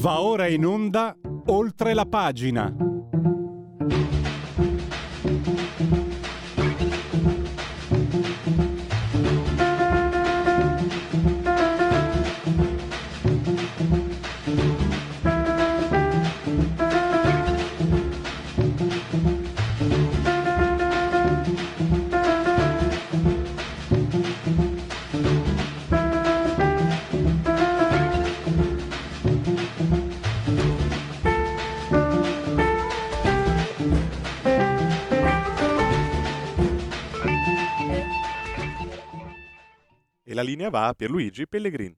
Va ora in onda Oltre la pagina. E la linea va a Pierluigi Pellegrin.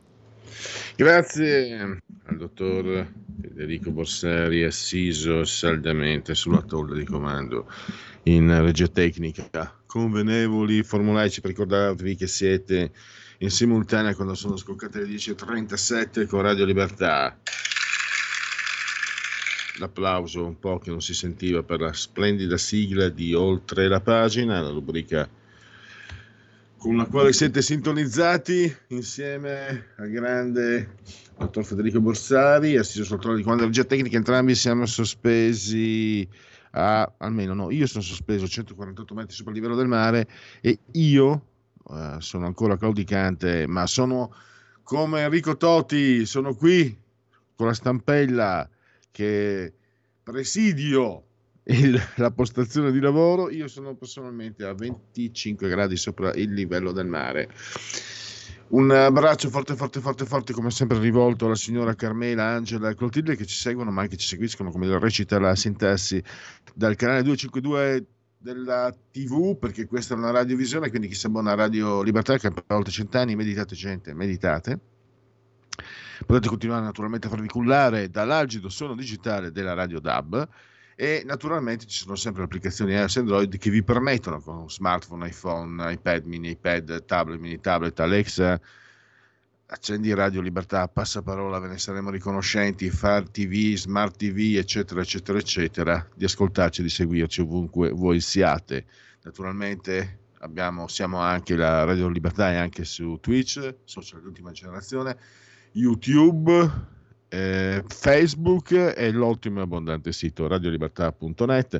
Grazie al dottor Federico Borsari, assiso saldamente sulla tolla di comando in regia tecnica. Convenevoli formulaici per ricordarvi che siete in simultanea quando sono scoccate le 10:37 con Radio Libertà. L'applauso un po' che non si sentiva per la splendida sigla di Oltre la pagina, la rubrica con la quale siete sintonizzati insieme al grande dottor Federico Borsari, assiso sul trono di comando della regia tecnica. Entrambi siamo sospesi io sono sospeso a 148 metri sopra il livello del mare e io sono ancora claudicante, ma sono come Enrico Totti, sono qui con la stampella che presidio la postazione di lavoro. Io sono personalmente a 25 gradi sopra il livello del mare. Un abbraccio forte come sempre rivolto alla signora Carmela, Angela e Clotilde che ci seguono ma anche ci seguiscono, come recita la sintassi, dal canale 252 della TV, perché questa è una radiovisione, quindi chi si abbona a Radio Libertà, che ha oltre 100 anni, meditate gente, meditate. Potete continuare naturalmente a farvi cullare dall'algido suono digitale della Radio DAB. E naturalmente ci sono sempre applicazioni iOS e Android che vi permettono con smartphone, iPhone, iPad, mini iPad, tablet, mini tablet, Alexa, accendi Radio Libertà, passaparola, ve ne saremo riconoscenti, Far TV, Smart TV, eccetera, di ascoltarci, di seguirci ovunque voi siate. Naturalmente siamo anche la Radio Libertà e anche su Twitch, social di ultima generazione, YouTube, Facebook e l'ottimo e abbondante sito radiolibertà.net.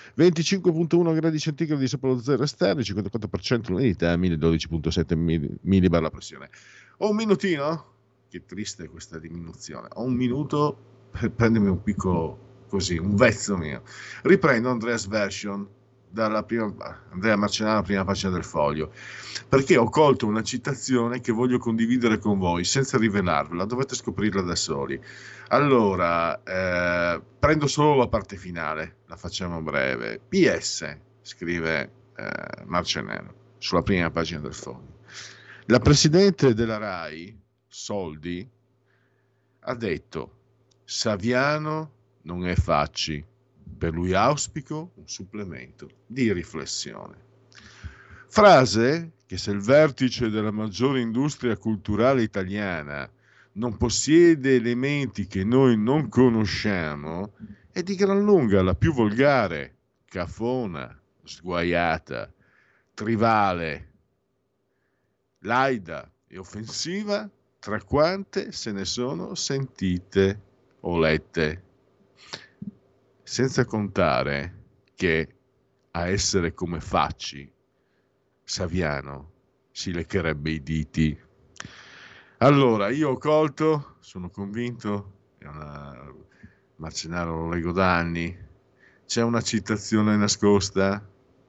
25.1 gradi centigradi sopra lo zero esterno, 54% l'umidità, 1012.7 millibar la pressione. Ho un minutino? Che triste questa diminuzione. Ho un minuto per prendermi un piccolo, così, un vezzo mio. Riprendo Andrea's Version dalla Andrea Marcenano, prima pagina del Foglio, perché ho colto una citazione che voglio condividere con voi senza rivelarvela, dovete scoprirla da soli. Allora, prendo solo la parte finale, la facciamo breve. PS, scrive Marcenano sulla prima pagina del Foglio. La presidente della RAI, Soldi, ha detto: Saviano non è Facci. Per lui auspico un supplemento di riflessione. Frase che, se il vertice della maggiore industria culturale italiana non possiede elementi che noi non conosciamo, è di gran lunga la più volgare, cafona, sguaiata, trivale, laida e offensiva tra quante se ne sono sentite o lette. Senza contare che, a essere come Facci, Saviano si leccherebbe i diti. Allora, io ho colto, sono convinto, Marcenaro lo leggo da anni, c'è una citazione nascosta,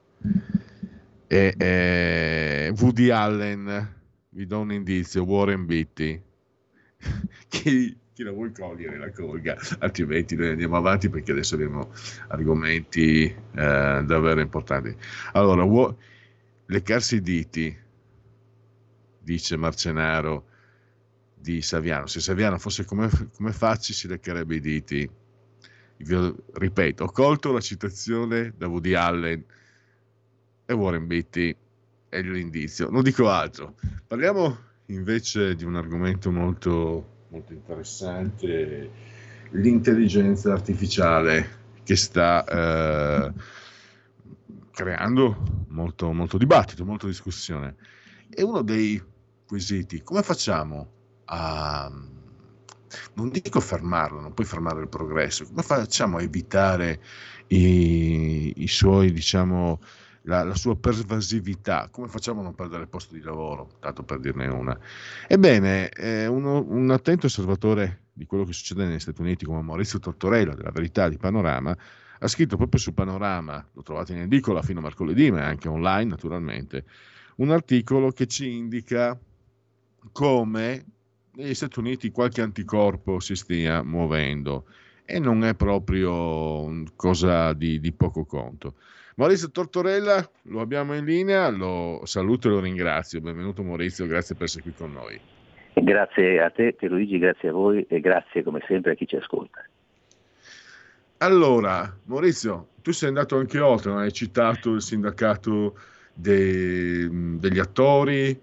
e Woody Allen, vi do un indizio, Warren Beatty. Chi la vuoi cogliere la colga, altrimenti noi andiamo avanti perché adesso abbiamo argomenti davvero importanti. Allora, leccarsi i diti, dice Marcenaro di Saviano. Se Saviano fosse come Facci si leccherebbe i diti. Ripeto, ho colto la citazione da Woody Allen e Warren Beatty è l'indizio, non dico altro. Parliamo invece di un argomento molto molto interessante, l'intelligenza artificiale, che sta creando molto, molto dibattito, molta discussione. E uno dei quesiti: come facciamo a non dico fermarlo, non puoi fermare il progresso, come facciamo a evitare i suoi, diciamo, la sua pervasività? Come facciamo a non perdere il posto di lavoro? Tanto per dirne una. Ebbene, un attento osservatore di quello che succede negli Stati Uniti, come Maurizio Tortorella, della Verità di Panorama, ha scritto proprio su Panorama, lo trovate in edicola fino a mercoledì, ma anche online naturalmente, un articolo che ci indica come negli Stati Uniti qualche anticorpo si stia muovendo e non è proprio cosa di poco conto. Maurizio Tortorella, lo abbiamo in linea, lo saluto e lo ringrazio. Benvenuto Maurizio, grazie per essere qui con noi. Grazie a te Pierluigi, grazie a voi e grazie come sempre a chi ci ascolta. Allora, Maurizio, tu sei andato anche oltre, hai citato il sindacato degli attori,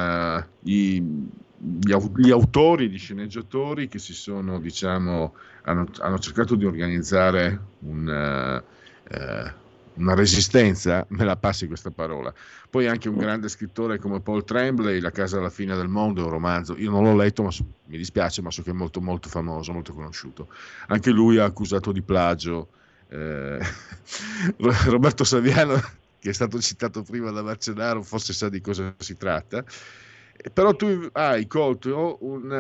gli autori, gli sceneggiatori che si sono, diciamo, hanno cercato di organizzare una resistenza, me la passi questa parola. Poi anche un grande scrittore come Paul Tremblay, La casa alla fine del mondo, è un romanzo, io non l'ho letto, ma mi dispiace, ma so che è molto molto famoso, molto conosciuto. Anche lui ha accusato di plagio Roberto Saviano, che è stato citato prima da Marcenaro, forse sa di cosa si tratta. Però tu hai colto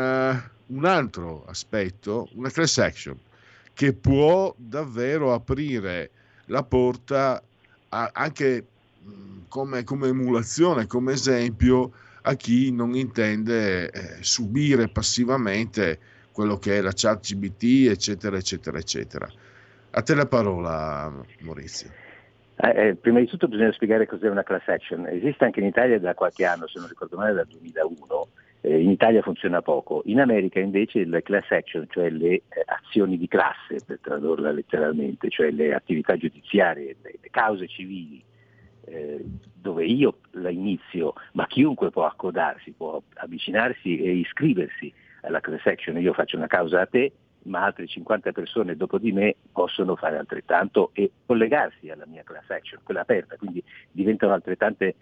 un altro aspetto, una class action, che può davvero aprire la porta anche come emulazione, come esempio a chi non intende subire passivamente quello che è la chat GBT, eccetera, eccetera, eccetera. A te la parola, Maurizio. Prima di tutto bisogna spiegare cos'è una class action. Esiste anche in Italia da qualche anno, se non ricordo male dal 2001. In Italia funziona poco. In America invece le class action, cioè le azioni di classe, per tradurla letteralmente, cioè le attività giudiziarie, le cause civili, dove io la inizio, ma chiunque può accodarsi, può avvicinarsi e iscriversi alla class action. Io faccio una causa a te, ma altre 50 persone dopo di me possono fare altrettanto e collegarsi alla mia class action, quella aperta, quindi diventano altrettante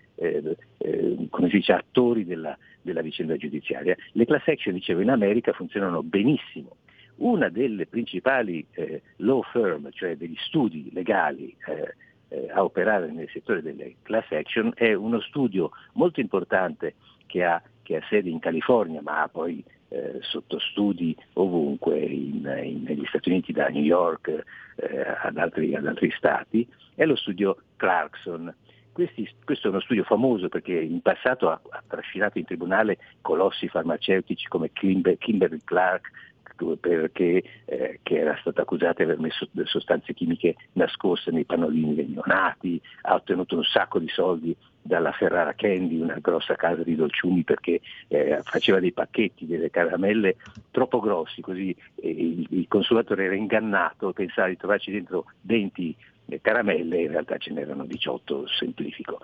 come si dice, attori della vicenda giudiziaria. Le class action, dicevo, in America funzionano benissimo. Una delle principali law firm, cioè degli studi legali a operare nel settore delle class action, è uno studio molto importante che ha sede in California, ma ha poi sottostudi ovunque negli Stati Uniti, da New York ad altri stati, è lo studio Clarkson. Questo è uno studio famoso perché in passato ha trascinato in tribunale colossi farmaceutici come Kimberly Clark, perché che era stata accusata di aver messo sostanze chimiche nascoste nei pannolini dei neonati, ha ottenuto un sacco di soldi dalla Ferrara Candy, una grossa casa di dolciumi, perché faceva dei pacchetti, delle caramelle troppo grossi, così il consumatore era ingannato, pensava di trovarci dentro 20 caramelle, in realtà ce n'erano 18, semplifico.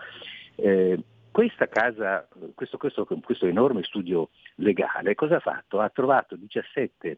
Questa casa, questo enorme studio legale, cosa ha fatto? Ha trovato 17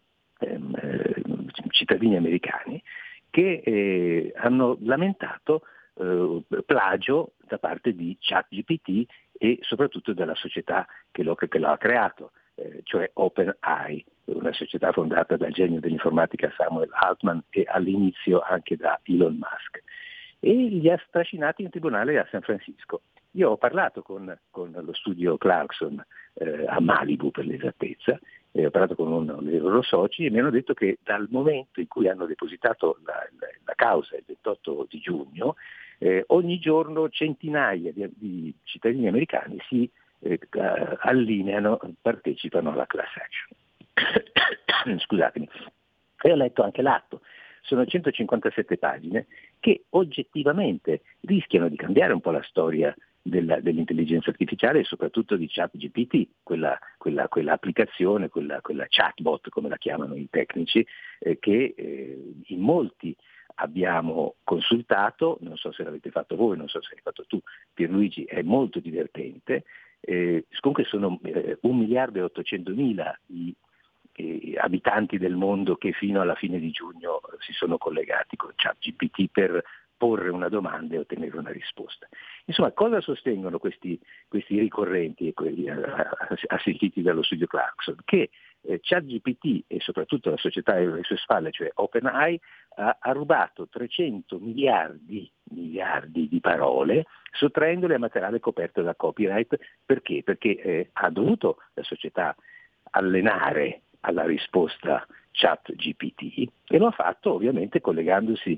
cittadini americani che hanno lamentato plagio da parte di ChatGPT e soprattutto della società che lo ha creato, cioè OpenAI, una società fondata dal genio dell'informatica Samuel Altman e all'inizio anche da Elon Musk, e li ha trascinati in tribunale a San Francisco. Io ho parlato con lo studio Clarkson a Malibu, per l'esattezza, ho parlato con uno dei loro soci e mi hanno detto che dal momento in cui hanno depositato la causa, il 28 di giugno, ogni giorno centinaia di cittadini americani si allineano, partecipano alla class action. Scusatemi. E ho letto anche l'atto. Sono 157 pagine che oggettivamente rischiano di cambiare un po' la storia dell'intelligenza artificiale e soprattutto di ChatGPT, quella applicazione, quella chatbot come la chiamano i tecnici, che in molti abbiamo consultato, non so se l'avete fatto voi, non so se l'hai fatto tu Pierluigi, è molto divertente. Comunque sono 1.800.000 i abitanti del mondo che fino alla fine di giugno si sono collegati con ChatGPT per porre una domanda e ottenere una risposta. Insomma, cosa sostengono questi ricorrenti assistiti dallo studio Clarkson? Che ChatGPT e soprattutto la società alle sue spalle, cioè OpenAI, ha rubato 300 miliardi di parole, sottraendole a materiale coperto da copyright. Perché? Perché ha dovuto la società allenare alla risposta ChatGPT e lo ha fatto ovviamente collegandosi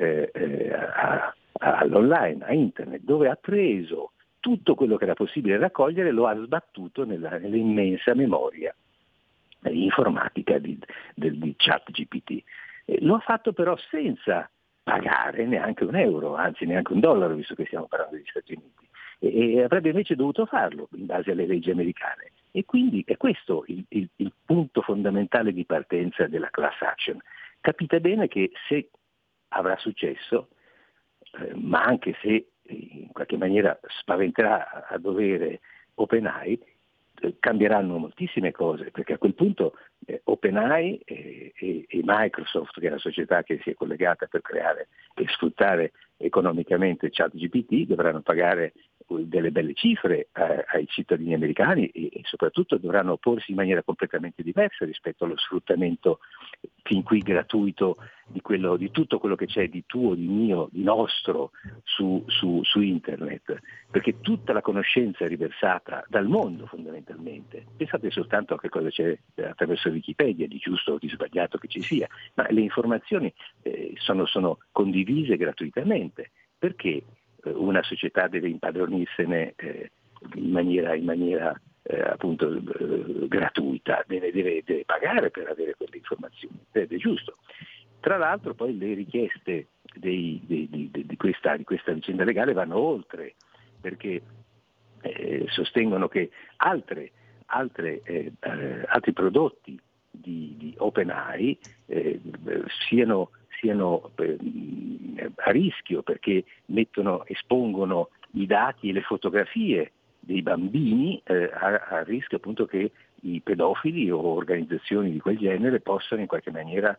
all'online, a internet, dove ha preso tutto quello che era possibile raccogliere e lo ha sbattuto nell'immensa memoria informatica di ChatGPT. Lo ha fatto però senza pagare neanche un euro, anzi neanche un dollaro, visto che stiamo parlando degli Stati Uniti, e avrebbe invece dovuto farlo in base alle leggi americane. E quindi è questo il punto fondamentale di partenza della class action. Capite bene che se avrà successo, ma anche se in qualche maniera spaventerà a dovere OpenAI, cambieranno moltissime cose, perché a quel punto OpenAI e Microsoft, che è la società che si è collegata per creare e sfruttare economicamente ChatGPT, dovranno pagare delle belle cifre ai cittadini americani e soprattutto dovranno opporsi in maniera completamente diversa rispetto allo sfruttamento fin qui gratuito di tutto quello che c'è di tuo, di mio, di nostro su internet, perché tutta la conoscenza è riversata dal mondo fondamentalmente. Pensate soltanto a che cosa c'è attraverso Wikipedia, di giusto o di sbagliato che ci sia, ma le informazioni sono condivise gratuitamente. Perché una società deve impadronirsene in maniera appunto gratuita, deve pagare per avere quelle informazioni, ed è giusto. Tra l'altro poi le richieste di questa vicenda legale vanno oltre, perché sostengono che altri prodotti di OpenAI siano a rischio, perché espongono i dati e le fotografie dei bambini a rischio appunto che i pedofili o organizzazioni di quel genere possano in qualche maniera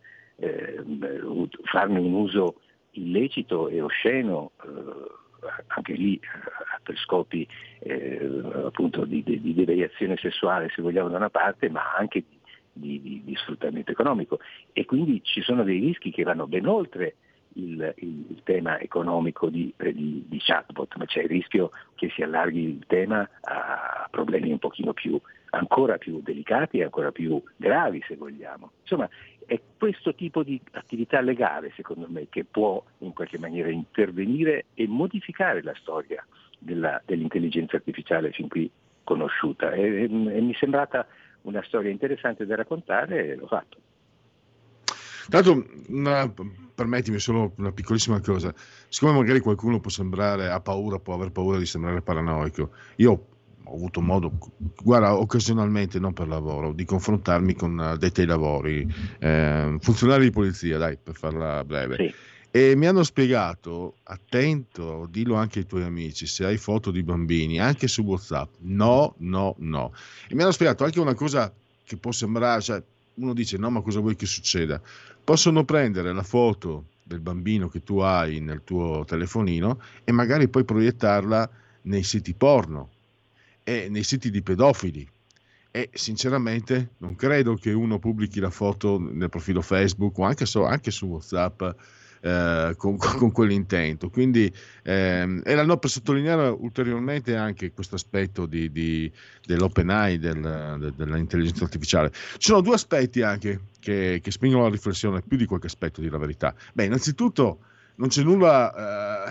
farne un uso illecito e osceno, anche lì per scopi appunto di deviazione sessuale, se vogliamo, da una parte, ma anche di sfruttamento economico. E quindi ci sono dei rischi che vanno ben oltre il tema economico di chatbot, ma c'è il rischio che si allarghi il tema a problemi un pochino ancora più delicati e ancora più gravi, se vogliamo. Insomma, è questo tipo di attività legale, secondo me, che può in qualche maniera intervenire e modificare la storia dell'intelligenza artificiale fin qui conosciuta. E mi è sembrata una storia interessante da raccontare e l'ho fatto. Tanto, permettimi solo una piccolissima cosa. Siccome magari qualcuno può aver paura di sembrare paranoico, io ho avuto modo, guarda, occasionalmente, non per lavoro, di confrontarmi con addetti ai lavori, funzionari di polizia, dai, per farla breve. Sì. E mi hanno spiegato, attento, dillo anche ai tuoi amici, se hai foto di bambini, anche su WhatsApp, no. E mi hanno spiegato anche una cosa che può sembrare, cioè, uno dice no, ma cosa vuoi che succeda? Possono prendere la foto del bambino che tu hai nel tuo telefonino e magari poi proiettarla nei siti porno e nei siti di pedofili. E sinceramente non credo che uno pubblichi la foto nel profilo Facebook o anche su WhatsApp con quell'intento. Quindi erano per sottolineare ulteriormente anche questo aspetto dell'OpenAI, dell'intelligenza artificiale. Ci sono due aspetti anche che spingono la riflessione, più di qualche aspetto, di la verità. Beh, innanzitutto non c'è nulla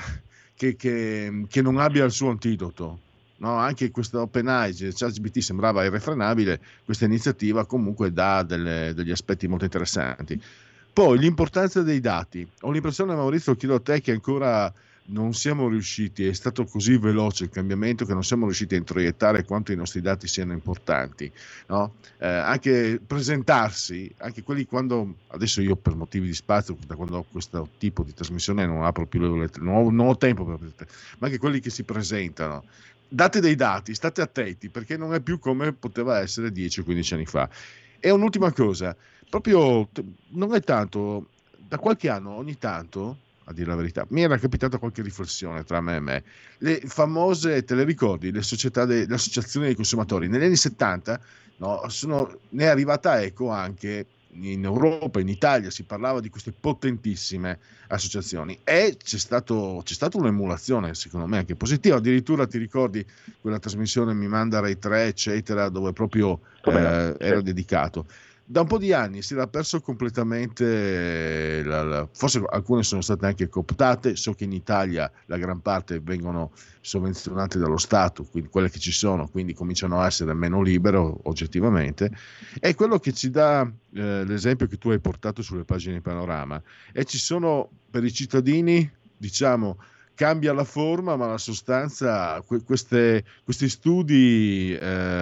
che non abbia il suo antidoto. No, anche questa OpenAI, ChatGPT sembrava irrefrenabile, questa iniziativa comunque dà degli aspetti molto interessanti. Poi l'importanza dei dati. Ho l'impressione, Maurizio, chiedo a te, che ancora non siamo riusciti, è stato così veloce il cambiamento che non siamo riusciti a introiettare quanto i nostri dati siano importanti, no? Anche presentarsi, anche quelli, quando adesso io per motivi di spazio, da quando ho questo tipo di trasmissione non apro più non ho tempo per ma anche quelli che si presentano. Date dei dati, state attenti, perché non è più come poteva essere 10 o 15 anni fa. E un'ultima cosa, proprio non è tanto, da qualche anno ogni tanto a dire la verità. Mi era capitata qualche riflessione tra me e me. Le famose, te le ricordi, le società, le associazioni dei consumatori negli anni 70, no, ne è arrivata eco anche in Europa, in Italia, si parlava di queste potentissime associazioni e c'è stata un'emulazione secondo me anche positiva. Addirittura ti ricordi quella trasmissione Mi manda Rai 3 eccetera, dove proprio era dedicato. Da un po' di anni si era perso completamente, forse alcune sono state anche cooptate, so che in Italia la gran parte vengono sovvenzionate dallo Stato, quindi quelle che ci sono, quindi cominciano a essere meno libere oggettivamente. È quello che ci dà l'esempio che tu hai portato sulle pagine di Panorama, e ci sono per i cittadini, diciamo, cambia la forma ma la sostanza, questi studi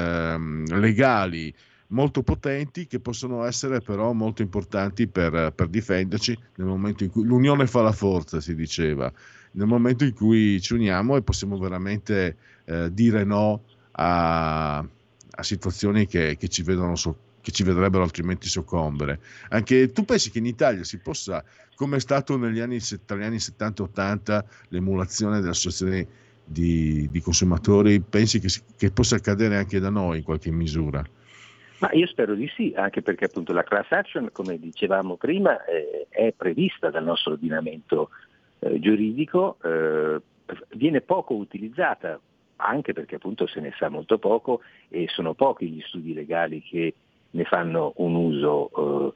legali molto potenti che possono essere però molto importanti per difenderci nel momento in cui l'unione fa la forza, si diceva, nel momento in cui ci uniamo e possiamo veramente dire no a situazioni che ci vedono che ci vedrebbero altrimenti soccombere. Anche tu pensi che in Italia si possa, come è stato tra gli anni 70 e 80, l'emulazione delle associazioni di consumatori, pensi che possa accadere anche da noi in qualche misura? Ma io spero di sì, anche perché appunto la class action, come dicevamo prima, è prevista dal nostro ordinamento giuridico, viene poco utilizzata, anche perché appunto se ne sa molto poco e sono pochi gli studi legali che ne fanno un uso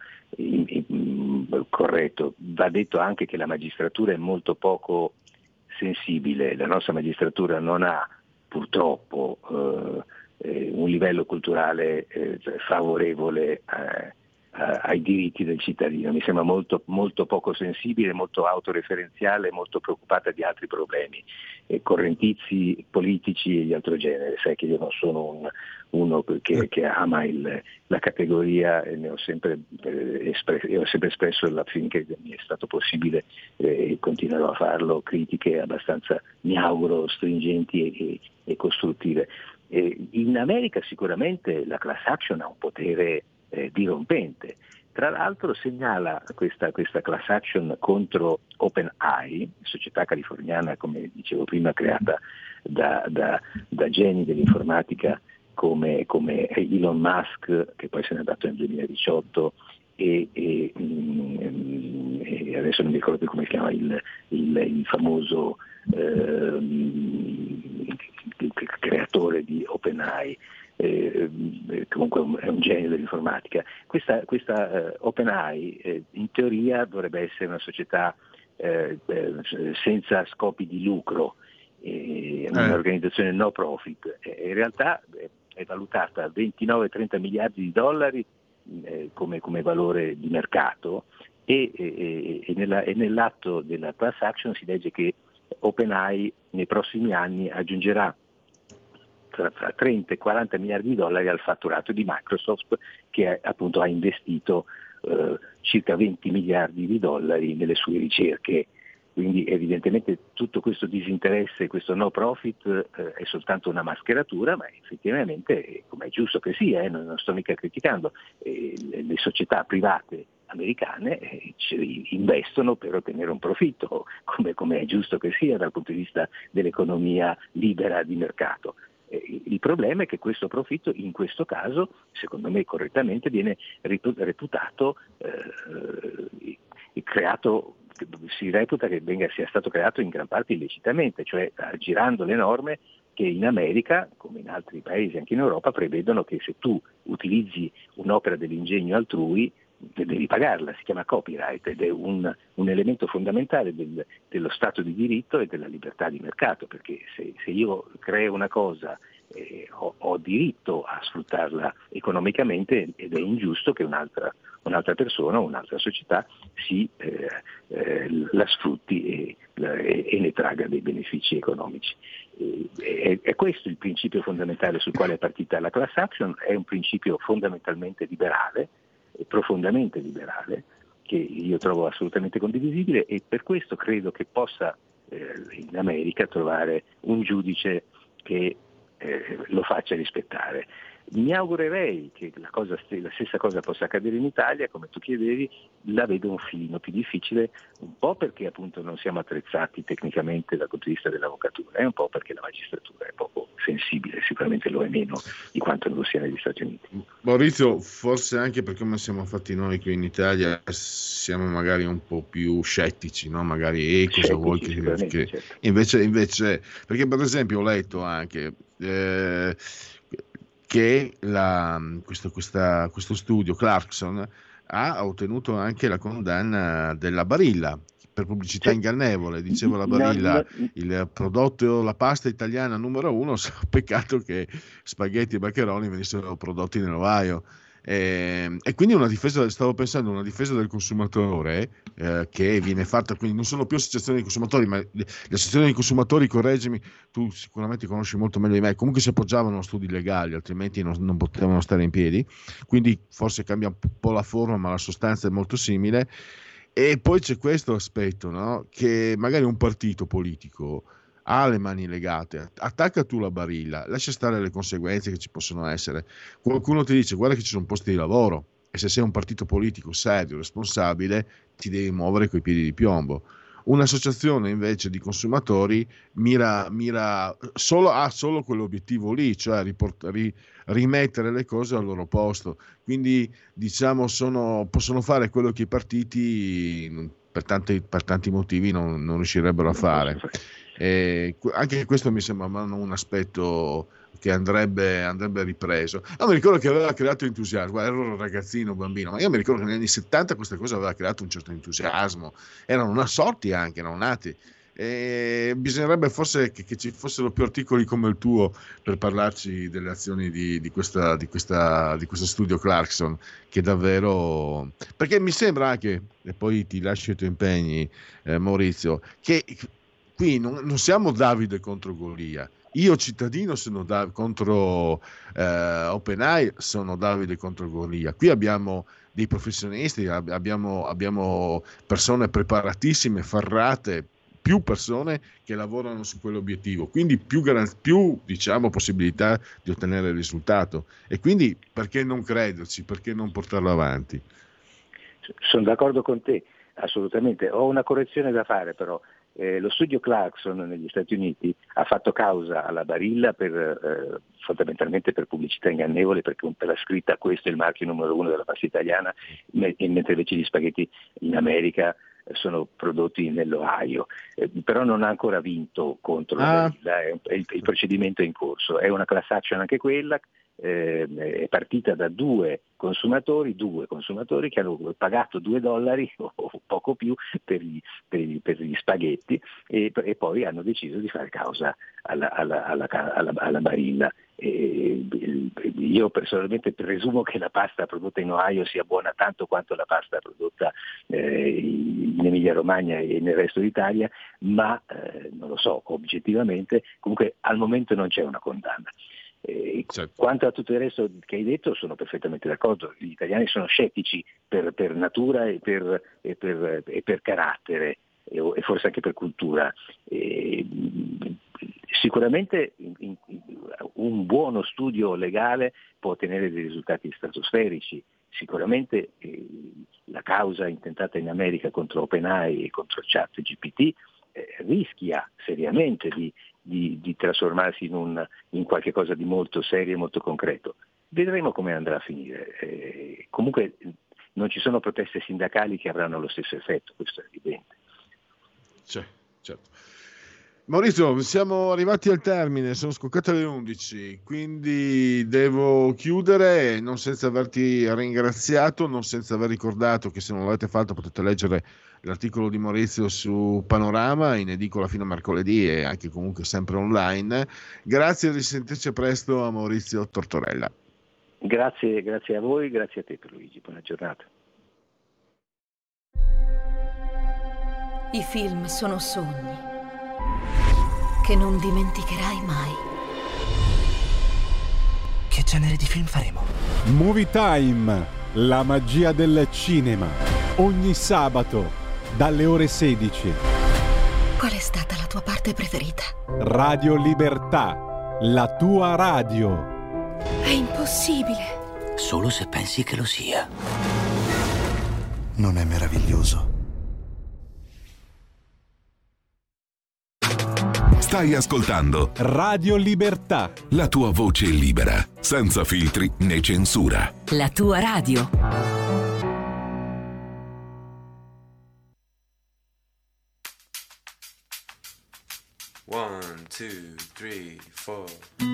corretto. Va detto anche che la magistratura è molto poco sensibile, la nostra magistratura non ha purtroppo un livello culturale favorevole ai diritti del cittadino. Mi sembra molto, molto poco sensibile, molto autoreferenziale, molto preoccupata di altri problemi correntizi politici e di altro genere. Sai che io non sono uno che ama la categoria e ne ho sempre espresso affinché mi è stato possibile e continuerò a farlo, critiche abbastanza, mi auguro, stringenti e costruttive. In America sicuramente la class action ha un potere dirompente. Tra l'altro segnala questa class action contro OpenAI, società californiana, come dicevo prima, creata da geni dell'informatica come Elon Musk, che poi se n'è andato nel 2018, e adesso non mi ricordo più come si chiama il famoso creatore di OpenAI. Comunque è un genio dell'informatica. Questa OpenAI in teoria dovrebbe essere una società senza scopi di lucro, un'organizzazione no profit. In realtà è valutata a 29-30 miliardi di dollari come valore di mercato e nell'atto della class action si legge che OpenAI nei prossimi anni aggiungerà tra 30 e 40 miliardi di dollari al fatturato di Microsoft, che appunto ha investito circa 20 miliardi di dollari nelle sue ricerche. Quindi evidentemente tutto questo disinteresse, questo no profit è soltanto una mascheratura, ma effettivamente, come è giusto che sia, non sto mica criticando, le società private americane investono per ottenere un profitto, come è giusto che sia dal punto di vista dell'economia libera di mercato. Il problema è che questo profitto in questo caso, secondo me correttamente, viene reputato creato, si reputa che sia stato creato in gran parte illecitamente, cioè aggirando le norme che in America, come in altri paesi anche in Europa, prevedono che se tu utilizzi un'opera dell'ingegno altrui devi pagarla, si chiama copyright ed è un elemento fondamentale dello Stato di diritto e della libertà di mercato, perché se io creo una cosa ho diritto a sfruttarla economicamente ed è ingiusto che un'altra persona o un'altra società la sfrutti e ne traga dei benefici economici. È questo il principio fondamentale sul quale è partita la class action, è un principio fondamentalmente liberale, profondamente liberale, che io trovo assolutamente condivisibile e per questo credo che possa in America trovare un giudice che lo faccia rispettare. Mi augurerei che la stessa cosa possa accadere in Italia, come tu chiedevi. La vedo un filino più difficile, un po' perché appunto non siamo attrezzati tecnicamente dal punto di vista dell'avvocatura, e un po' perché la magistratura è poco sensibile, sicuramente lo è meno di quanto non lo sia negli Stati Uniti. Maurizio, forse anche per come siamo fatti noi qui in Italia siamo magari un po' più scettici, no? Magari cosa vuoi che... Certo. Invece, perché per esempio ho letto anche che questo studio Clarkson ha ottenuto anche la condanna della Barilla per pubblicità ingannevole. Diceva la Barilla, il prodotto, la pasta italiana numero 1, peccato che spaghetti e maccheroni venissero prodotti nell'Ohio. E quindi stavo pensando una difesa del consumatore che viene fatta, quindi non sono più associazioni di consumatori, ma le associazioni di consumatori, correggimi, tu sicuramente conosci molto meglio di me, comunque si appoggiavano a studi legali, altrimenti non potevano stare in piedi, quindi forse cambia un po' la forma, ma la sostanza è molto simile. E poi c'è questo aspetto, no? Che magari un partito politico ha le mani legate, attacca tu la Barilla, lascia stare le conseguenze che ci possono essere. Qualcuno ti dice guarda che ci sono posti di lavoro, e se sei un partito politico serio, responsabile, ti devi muovere coi piedi di piombo. Un'associazione invece di consumatori ha solo quell'obiettivo lì, cioè rimettere le cose al loro posto. Quindi diciamo possono fare quello che i partiti per tanti motivi non riuscirebbero a fare. Anche questo mi sembra un aspetto che andrebbe ripreso. Io mi ricordo che aveva creato entusiasmo, ero un ragazzino, bambino, ma io mi ricordo che negli anni 70 questa cosa aveva creato un certo entusiasmo, erano nati. E bisognerebbe forse che ci fossero più articoli come il tuo per parlarci delle azioni di questo studio Clarkson, che davvero, perché mi sembra anche, e poi ti lascio i tuoi impegni, Maurizio, che qui non siamo Davide contro Golia. Io cittadino sono contro OpenAI, sono Davide contro Golia. Qui abbiamo dei professionisti, abbiamo persone preparatissime, ferrate, più persone che lavorano su quell'obiettivo, quindi più diciamo possibilità di ottenere il risultato. E quindi perché non crederci, perché non portarlo avanti? Sono d'accordo con te, assolutamente. Ho una correzione da fare però. Lo studio Clarkson negli Stati Uniti ha fatto causa alla Barilla fondamentalmente per pubblicità ingannevole, perché per la scritta questo è il marchio numero 1 della pasta italiana, mentre invece gli spaghetti in America sono prodotti nell'Ohio, però non ha ancora vinto contro la Barilla, il procedimento è in corso, è una class action anche quella. È partita da due consumatori che hanno pagato $2 o poco più per gli spaghetti e poi hanno deciso di fare causa alla Barilla. Io personalmente presumo che la pasta prodotta in Ohio sia buona tanto quanto la pasta prodotta in Emilia Romagna e nel resto d'Italia, ma non lo so oggettivamente. Comunque al momento non c'è una condanna. Certo. Quanto a tutto il resto che hai detto sono perfettamente d'accordo. Gli italiani sono scettici per natura e per carattere e forse anche per cultura. Sicuramente un buono studio legale può ottenere dei risultati stratosferici. Sicuramente la causa intentata in America contro OpenAI e contro ChatGPT rischia seriamente di trasformarsi in qualche cosa di molto serio e molto concreto. Vedremo come andrà a finire. Comunque non ci sono proteste sindacali che avranno lo stesso effetto, questo è evidente. Certo. Maurizio, siamo arrivati al termine, sono scoccate le 11, quindi devo chiudere, non senza averti ringraziato, non senza aver ricordato che se non l'avete fatto potete leggere l'articolo di Maurizio su Panorama, in edicola fino a mercoledì e anche comunque sempre online. Grazie, risentirci presto a Maurizio Tortorella. Grazie a voi, grazie a te Pierluigi, buona giornata. I film sono sogni che non dimenticherai mai. Che genere di film faremo? Movie Time, la magia del cinema. Ogni sabato, dalle ore 16. Qual è stata la tua parte preferita? Radio Libertà, la tua radio. È impossibile. Solo se pensi che lo sia. Non è meraviglioso? Stai ascoltando Radio Libertà. la tua voce libera, senza filtri né censura. La tua radio. One, two, three, four.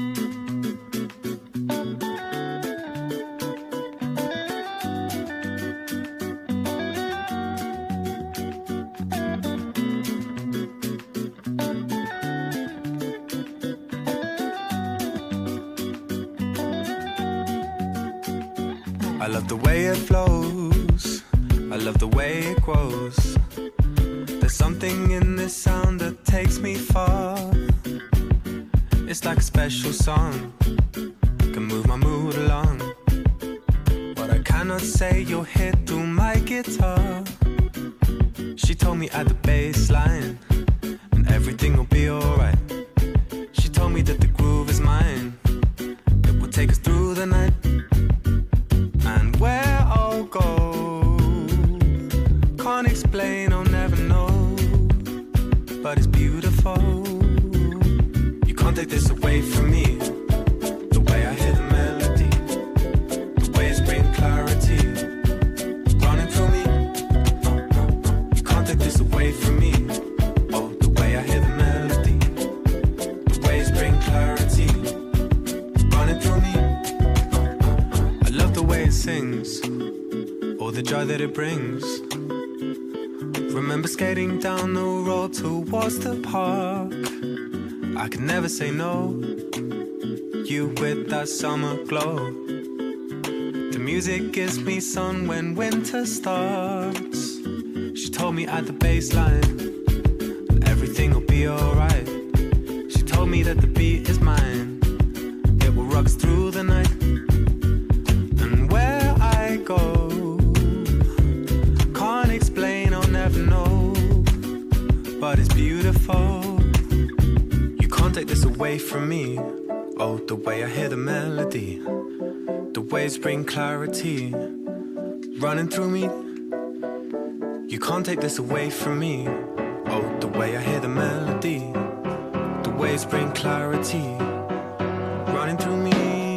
I love the way it flows, I love the way it grows. There's something in this sound that takes me far. It's like a special song, can move my mood along. But I cannot say you'll hit through my guitar. She told me at the bass line, and everything will be alright. She told me that the groove is mine, it will take us through the night. And where I'll go, can't explain, I'll never know. But it's beautiful. You can't take this away from me. The way I hear the melody, the way it's bringing clarity, running through me. You can't take this away from me. Oh, the way I hear the melody, the way it's bringing clarity, running through me. I love the way it sings, all the joy that it brings. Remember skating down the road towards the park. I could never say no. You with that summer glow. The music gives me sun when winter starts. She told me at the baseline everything will be alright. She told me that the beat is mine, it will rock us through the night. And where I go, can't explain, I'll never know. But it's beautiful. You can't take this away from me. Oh, the way I hear the melody, the waves bring clarity, running through me. You can't take this away from me. Oh, the way I hear the melody, the waves bring clarity, running through me.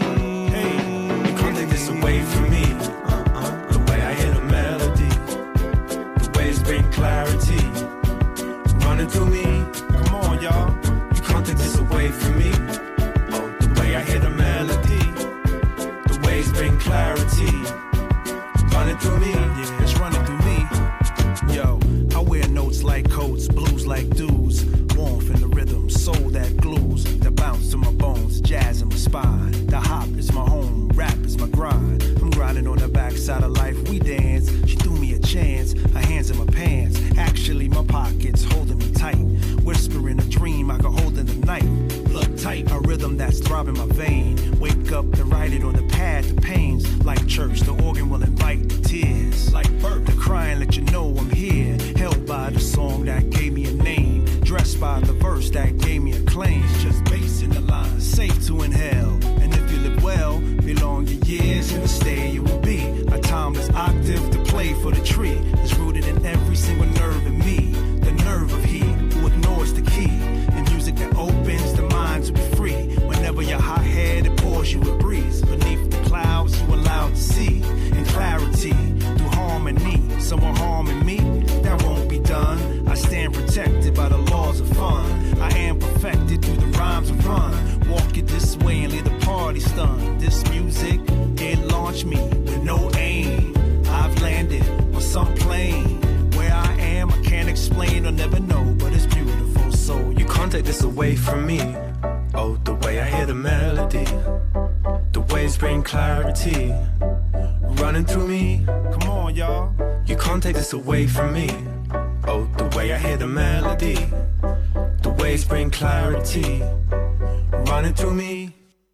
Hey, you can't take this away from me. The way I hear the melody, the waves bring clarity, running through me. Come on, y'all. You can't take this away from me. Oh, the way I hear the melody, the waves bring clarity, running through me. Yeah, it's running through me. Yo, I wear notes like coats, blues like dudes, warmth in the rhythm, soul that glues, that bounce to my bones, jazz in my spine. The hop is my home, rap is my grind. I'm grinding on the backside of life, we dance. She threw me a chance, her hands in my pants. Actually, my pockets holding me tight. Whispering a dream I could hold in the night. Look tight, a rhythm that's throbbing my vein. Wake up and write it on the pad, the pains. Like church, the organ will invite the tears. Like birth, the crying let you know I'm here. Held by the song that gave me a name. Dressed by the verse that gave me a claim. It's just bass in the line, safe to inhale. And if you live well, belong your years in the stay you will be. A timeless octave to play for the tree. It's rooted in every single nerve in me. The nerve of he who ignores the key. In music that opens the mind to be free. Whenever your hot head it pours you a breeze. Beneath the clouds you allowed to see. In clarity, through harmony. Someone harming me, that won't be done. I stand protected by the laws of fun. I am perfected through the rhymes of run. Walk it this way and leave the party stunned. This music, it launched me with no aim. I've landed on some plane. Where I am, I can't explain or never know, but it's beautiful. So You can't take this away from me. Oh, the way I hear the melody, the waves bring clarity, running through me. come on, y'all. You can't take this away from me. Oh, the way I hear the melody, the waves bring clarity, running through me.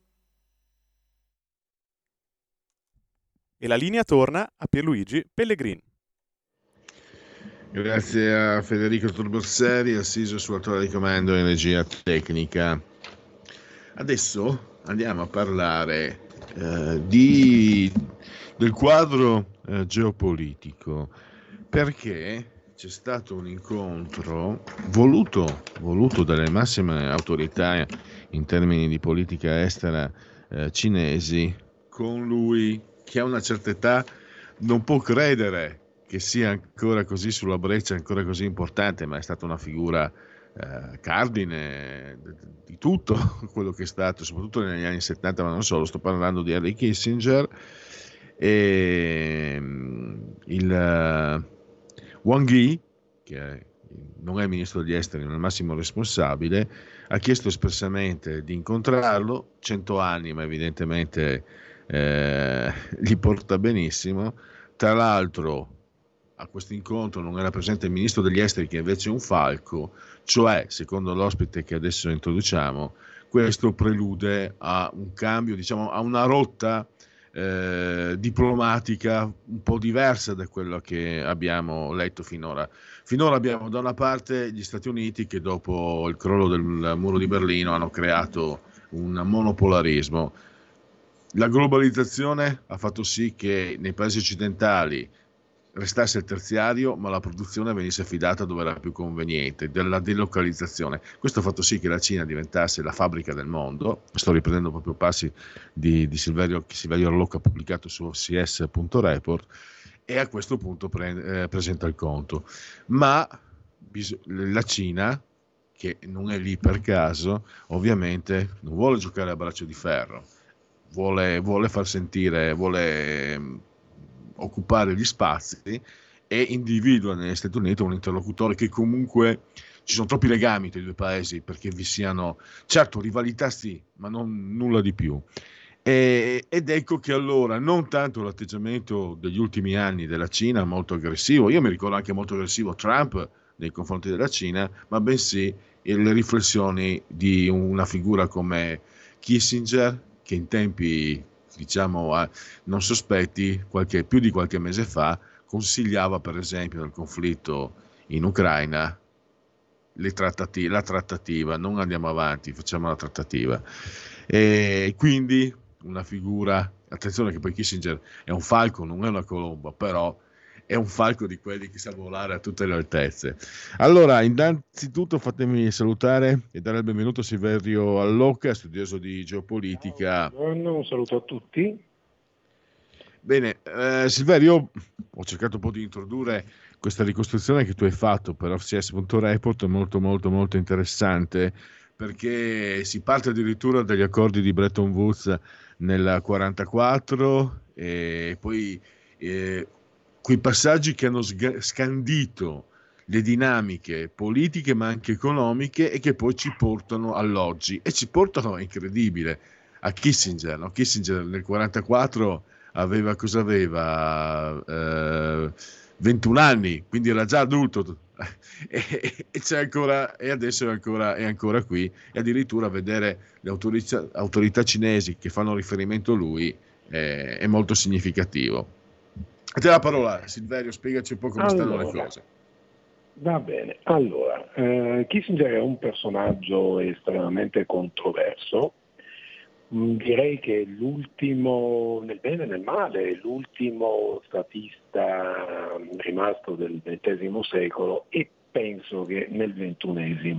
E la linea torna a Pierluigi Pellegrin. Grazie a Federico Turborseri, assiso sulla torre di comando e energia tecnica. Adesso andiamo a parlare del quadro geopolitico, perché c'è stato un incontro voluto dalle massime autorità in termini di politica estera cinesi con lui che a una certa età non può credere che sia ancora così sulla breccia, ancora così importante, ma è stata una figura cardine di tutto quello che è stato, soprattutto negli anni 70, ma non solo. Sto parlando di Henry Kissinger e il Wang Yi, che non è il ministro degli esteri, ma il massimo responsabile, ha chiesto espressamente di incontrarlo. 100 anni, ma evidentemente gli porta benissimo. Tra l'altro a questo incontro non era presente il ministro degli esteri, che invece è un falco, cioè, secondo l'ospite che adesso introduciamo, questo prelude a un cambio, diciamo, a una rotta diplomatica un po' diversa da quello che abbiamo letto finora. Finora abbiamo da una parte gli Stati Uniti che dopo il crollo del muro di Berlino hanno creato un monopolarismo. La globalizzazione ha fatto sì che nei paesi occidentali restasse il terziario, ma la produzione venisse affidata dove era più conveniente, della delocalizzazione. Questo ha fatto sì che la Cina diventasse la fabbrica del mondo. Sto riprendendo proprio passi di Silverio Arlocca pubblicato su OCS.report, e a questo punto presenta il conto. Ma la Cina, che non è lì per caso, ovviamente non vuole giocare a braccio di ferro, vuole far sentire, vuole occupare gli spazi, e individua negli Stati Uniti un interlocutore che comunque ci sono troppi legami tra i due paesi perché vi siano, certo, rivalità sì, ma non nulla di più. Ed ecco che allora non tanto l'atteggiamento degli ultimi anni della Cina molto aggressivo, io mi ricordo anche molto aggressivo Trump nei confronti della Cina, ma bensì le riflessioni di una figura come Kissinger, che in tempi, diciamo, non sospetti, più di qualche mese fa, consigliava per esempio nel conflitto in Ucraina la trattativa, non andiamo avanti, facciamo la trattativa. E quindi una figura, attenzione che poi Kissinger è un falco, non è una colomba, però è un falco di quelli che sa volare a tutte le altezze. Allora, innanzitutto fatemi salutare e dare il benvenuto a Silverio Allocca, studioso di geopolitica. Buongiorno, un saluto a tutti. Bene, Silverio, ho cercato un po' di introdurre questa ricostruzione che tu hai fatto per OCS.report, molto molto molto interessante, perché si parte addirittura dagli accordi di Bretton Woods nel 1944 e poi quei passaggi che hanno scandito le dinamiche politiche ma anche economiche e che poi ci portano all'oggi, e ci portano, è incredibile, a Kissinger, no? Kissinger nel 1944 aveva 21 anni, quindi era già adulto e c'è ancora, e adesso è ancora qui, e addirittura vedere le autorità cinesi che fanno riferimento a lui è molto significativo. A te la parola, Silverio, spiegaci un po' come stanno le cose. Va bene, allora, Kissinger è un personaggio estremamente controverso. Direi che l'ultimo, nel bene e nel male, l'ultimo statista rimasto del XX secolo, e penso che nel XXI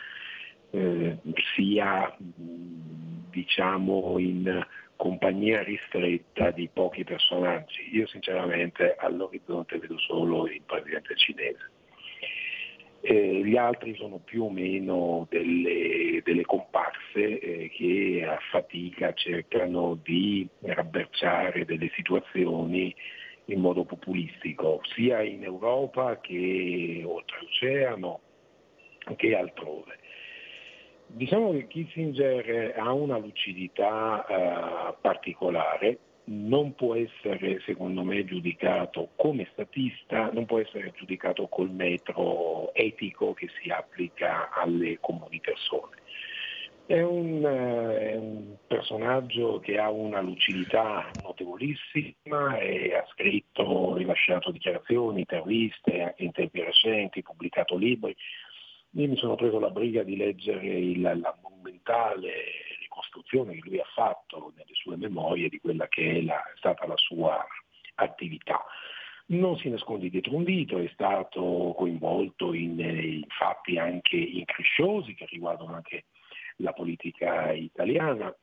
sia, diciamo, in compagnia ristretta di pochi personaggi. Io sinceramente all'orizzonte vedo solo il presidente cinese. Gli altri sono più o meno delle comparse che a fatica cercano di rabberciare delle situazioni in modo populistico, sia in Europa che oltreoceano che altrove. Diciamo che Kissinger ha una lucidità particolare, non può essere, secondo me, giudicato come statista, non può essere giudicato col metro etico che si applica alle comuni persone. È un personaggio che ha una lucidità notevolissima e ha scritto, rilasciato dichiarazioni, interviste, anche in tempi recenti, pubblicato libri. Io mi sono preso la briga di leggere la monumentale descrizione che lui ha fatto nelle sue memorie di quella che è stata la sua attività. Non si nasconde dietro un dito, è stato coinvolto in fatti anche incresciosi che riguardano anche la politica italiana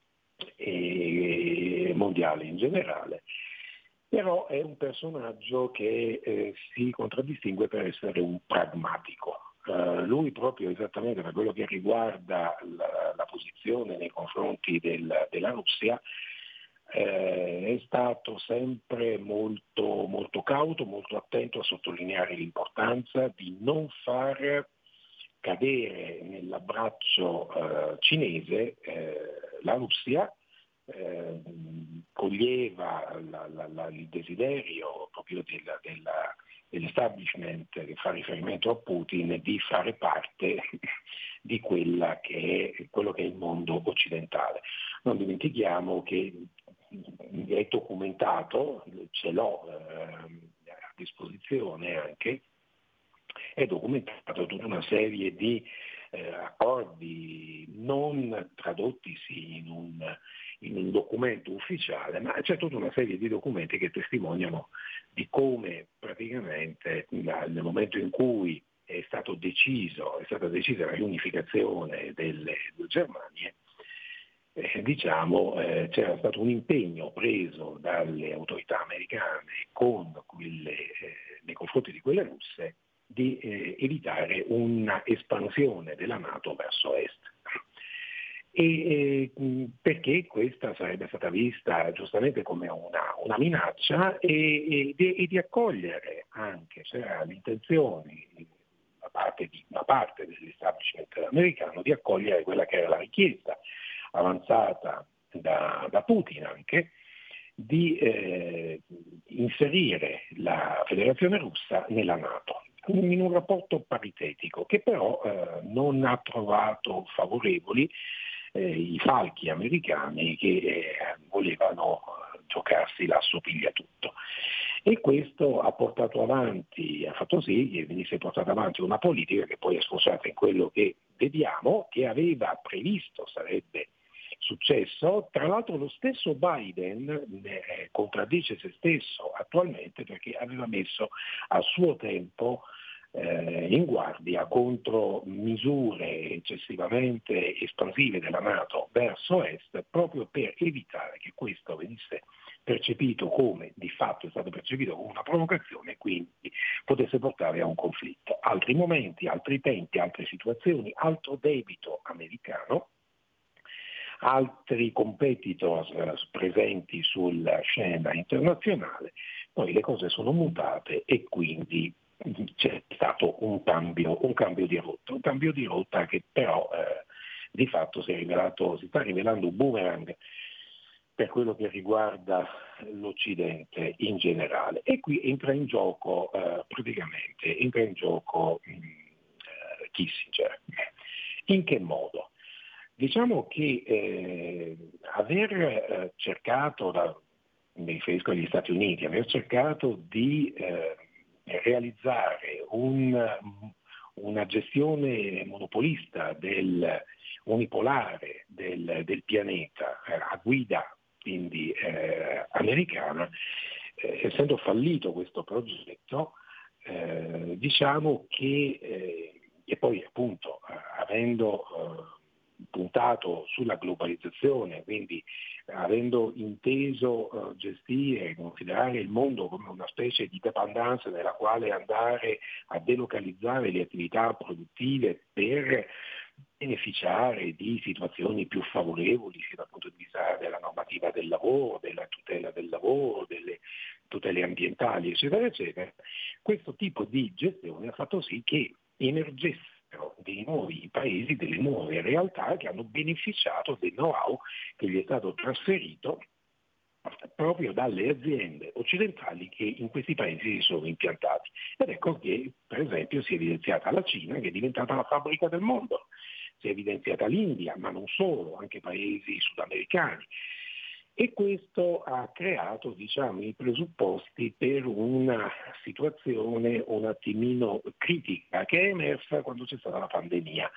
e mondiale in generale, però è un personaggio che si contraddistingue per essere un pragmatico. Lui proprio esattamente per quello che riguarda la posizione nei confronti della Russia è stato sempre molto, molto cauto, molto attento a sottolineare l'importanza di non far cadere nell'abbraccio cinese la Russia. Coglieva il desiderio proprio dell'establishment che fa riferimento a Putin di fare parte di quello che è il mondo occidentale. Non dimentichiamo che è documentato, ce l'ho a disposizione anche, è documentato tutta una serie di accordi non tradottisi in un documento ufficiale, ma c'è tutta una serie di documenti che testimoniano di come praticamente nel momento in cui è stata decisa la riunificazione delle due Germanie, c'era stato un impegno preso dalle autorità americane nei confronti di quelle russe di evitare una espansione della NATO verso est. Perché questa sarebbe stata vista giustamente come una minaccia e di accogliere anche, c'era l'intenzione una parte dell'establishment americano di accogliere quella che era la richiesta avanzata da Putin anche di inserire la Federazione Russa nella NATO in un rapporto paritetico che però non ha trovato favorevoli i falchi americani che volevano giocarsi l'asso pigliatutto. E questo ha fatto sì che venisse portata avanti una politica che poi è sfociata in quello che vediamo, che aveva previsto sarebbe successo. Tra l'altro lo stesso Biden contraddice se stesso attualmente, perché aveva messo a suo tempo in guardia contro misure eccessivamente espansive della NATO verso est, proprio per evitare che questo venisse percepito come, di fatto è stato percepito come una provocazione e quindi potesse portare a un conflitto. Altri momenti, altri tempi, altre situazioni, altro debito americano, altri competitors presenti sulla scena internazionale, poi le cose sono mutate e quindi c'è stato un cambio di rotta che però di fatto si sta rivelando un boomerang per quello che riguarda l'Occidente in generale. E qui entra in gioco Kissinger. In che modo? Diciamo che aver cercato, mi riferisco agli Stati Uniti, aver cercato di realizzare una gestione monopolista unipolare del pianeta a guida quindi americana, essendo fallito questo progetto, diciamo che e poi appunto avendo puntato sulla globalizzazione, quindi avendo inteso gestire e considerare il mondo come una specie di dependance nella quale andare a delocalizzare le attività produttive per beneficiare di situazioni più favorevoli sia dal punto di vista della normativa del lavoro, della tutela del lavoro, delle tutele ambientali, eccetera, eccetera. Questo tipo di gestione ha fatto sì che emergesse dei nuovi paesi, delle nuove realtà che hanno beneficiato del know-how che gli è stato trasferito proprio dalle aziende occidentali che in questi paesi si sono impiantati. Ed ecco che per esempio si è evidenziata la Cina, che è diventata la fabbrica del mondo, si è evidenziata l'India, ma non solo, anche paesi sudamericani. E questo ha creato, diciamo, i presupposti per una situazione un attimino critica che è emersa quando c'è stata la pandemia.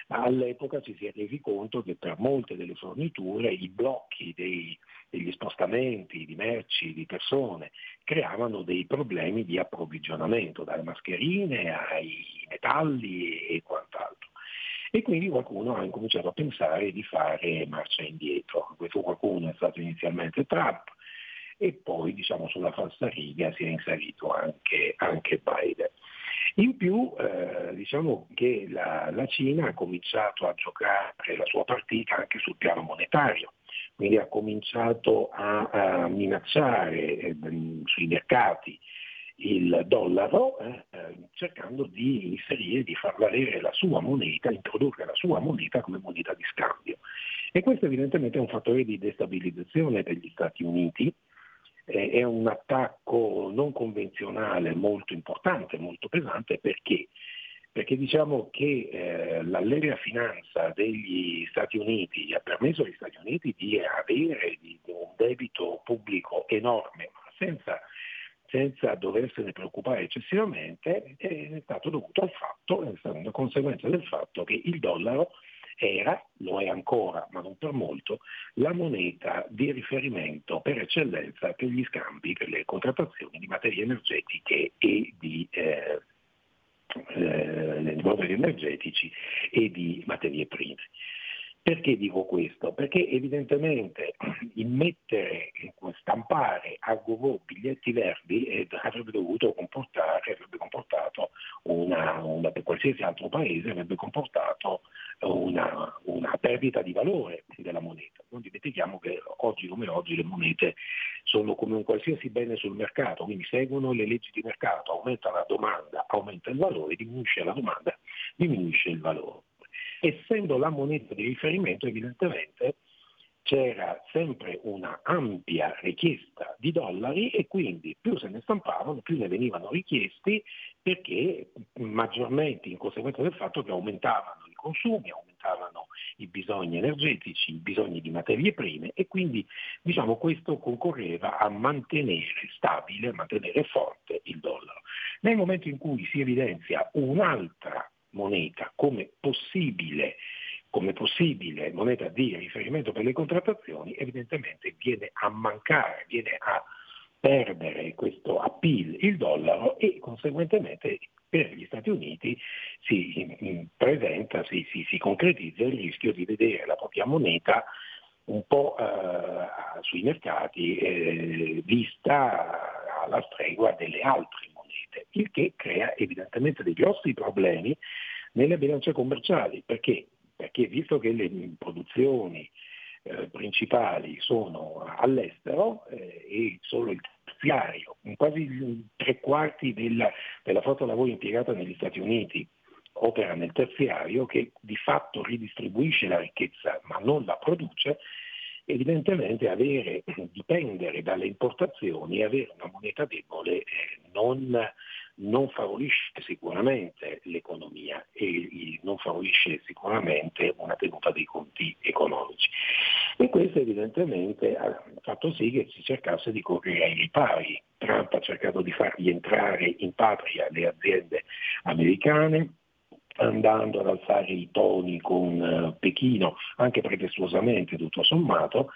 all'epoca ci si è resi conto che per molte delle forniture i blocchi degli spostamenti di merci, di persone, creavano dei problemi di approvvigionamento, dalle mascherine ai metalli e quant'altro. E quindi qualcuno ha incominciato a pensare di fare marcia indietro. Questo qualcuno è stato inizialmente Trump e poi sulla falsariga si è inserito anche Biden. In più diciamo che la Cina ha cominciato a giocare la sua partita anche sul piano monetario, quindi ha cominciato a minacciare sui mercati il dollaro, cercando di inserire, di far valere la sua moneta, introdurre la sua moneta come moneta di scambio. E questo evidentemente è un fattore di destabilizzazione degli Stati Uniti, è un attacco non convenzionale molto importante, molto pesante, perché diciamo che l'allegria finanza degli Stati Uniti ha permesso agli Stati Uniti di avere un debito pubblico enorme, ma senza doversene preoccupare eccessivamente, è stato dovuto al fatto, è stata una conseguenza del fatto che il dollaro lo è ancora, ma non per molto, la moneta di riferimento per eccellenza per gli scambi, per le contrattazioni di materie energetiche e di prodotti energetici e di materie prime. Perché dico questo? Perché evidentemente stampare a go-go biglietti verdi avrebbe comportato per qualsiasi altro paese avrebbe comportato una perdita di valore della moneta. Non dimentichiamo che oggi come oggi le monete sono come un qualsiasi bene sul mercato, quindi seguono le leggi di mercato, aumenta la domanda, aumenta il valore, diminuisce la domanda, diminuisce il valore. Essendo la moneta di riferimento, evidentemente c'era sempre una ampia richiesta di dollari e quindi più se ne stampavano, più ne venivano richiesti, perché maggiormente in conseguenza del fatto che aumentavano i consumi, aumentavano i bisogni energetici, i bisogni di materie prime e quindi questo concorreva a mantenere stabile, a mantenere forte il dollaro. Nel momento in cui si evidenzia un'altra moneta come possibile moneta di riferimento per le contrattazioni, evidentemente viene a mancare, viene a perdere questo appeal il dollaro e conseguentemente per gli Stati Uniti si concretizza il rischio di vedere la propria moneta un po' sui mercati vista alla stregua delle altre monete, il che crea evidentemente dei grossi problemi nelle bilance commerciali. Perché visto che le produzioni principali sono all'estero e solo il terziario, quasi 3/4 della forza lavoro impiegata negli Stati Uniti opera nel terziario, che di fatto ridistribuisce la ricchezza ma non la produce, evidentemente dipendere dalle importazioni e avere una moneta debole non favorisce sicuramente l'economia e non favorisce sicuramente una tenuta dei conti economici. E questo evidentemente ha fatto sì che si cercasse di correre ai ripari. Trump ha cercato di far rientrare in patria le aziende americane, andando ad alzare i toni con Pechino, anche pretestuosamente tutto sommato,